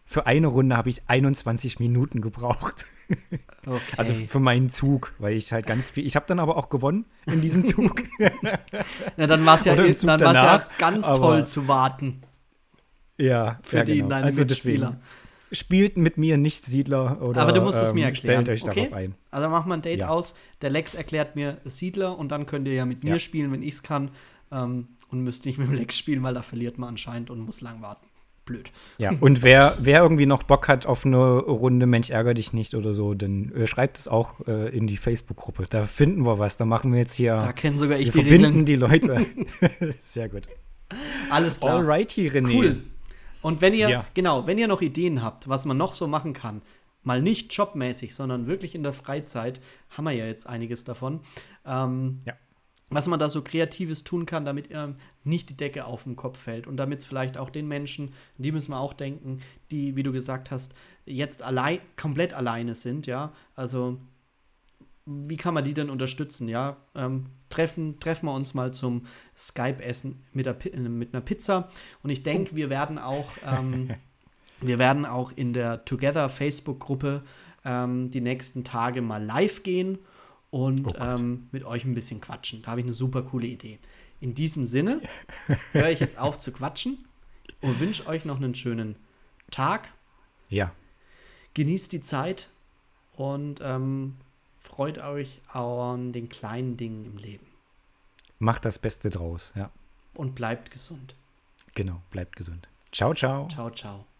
für eine Runde habe ich einundzwanzig Minuten gebraucht. Okay. Also für meinen Zug, weil ich halt ganz viel, ich habe dann aber auch gewonnen in diesem Zug. Na, dann war es ja, Oder im eh- Zug dann war's ja danach, ganz aber- toll zu warten Ja, für ja, die genau. deine Also Mitspieler. deswegen, spielt mit mir nicht Siedler oder Aber du musst es ähm, mir erklären. stellt euch okay? darauf ein. Also machen wir ein Date Ja. aus. Der Lex erklärt mir Siedler und dann könnt ihr ja mit mir Ja. spielen, wenn ich es kann. Ähm, und müsst nicht mit dem Lex spielen, weil da verliert man anscheinend und muss lang warten. Blöd. Ja, und wer, wer irgendwie noch Bock hat auf eine Runde Mensch ärger dich nicht oder so, dann äh, schreibt es auch äh, in die Facebook-Gruppe. Da finden wir was. Da machen wir jetzt hier. Da kenne sogar ich wir die verbinden Regeln. die Leute. Sehr gut. Alles klar. Alrighty, René. Cool. Und wenn ihr, Ja. genau, wenn ihr noch Ideen habt, was man noch so machen kann, mal nicht jobmäßig, sondern wirklich in der Freizeit, haben wir ja jetzt einiges davon, ähm, Ja. was man da so Kreatives tun kann, damit ähm, nicht die Decke auf den Kopf fällt und damit es vielleicht auch den Menschen, an die müssen wir auch denken, die, wie du gesagt hast, jetzt allein, komplett alleine sind, ja, also wie kann man die denn unterstützen, ja, ähm, treffen, treffen wir uns mal zum Skype-Essen mit, der Pi- mit einer Pizza und ich denke, wir werden auch ähm, wir werden auch in der Together Facebook-Gruppe ähm, die nächsten Tage mal live gehen und Oh Gott. ähm, mit euch ein bisschen quatschen. Da habe ich eine super coole Idee. In diesem Sinne höre ich jetzt auf zu quatschen und wünsche euch noch einen schönen Tag. Ja. Genießt die Zeit und ähm, freut euch an den kleinen Dingen im Leben. Macht das Beste draus. Ja. Und bleibt gesund. Genau. Bleibt gesund. Ciao, ciao. Ciao, ciao.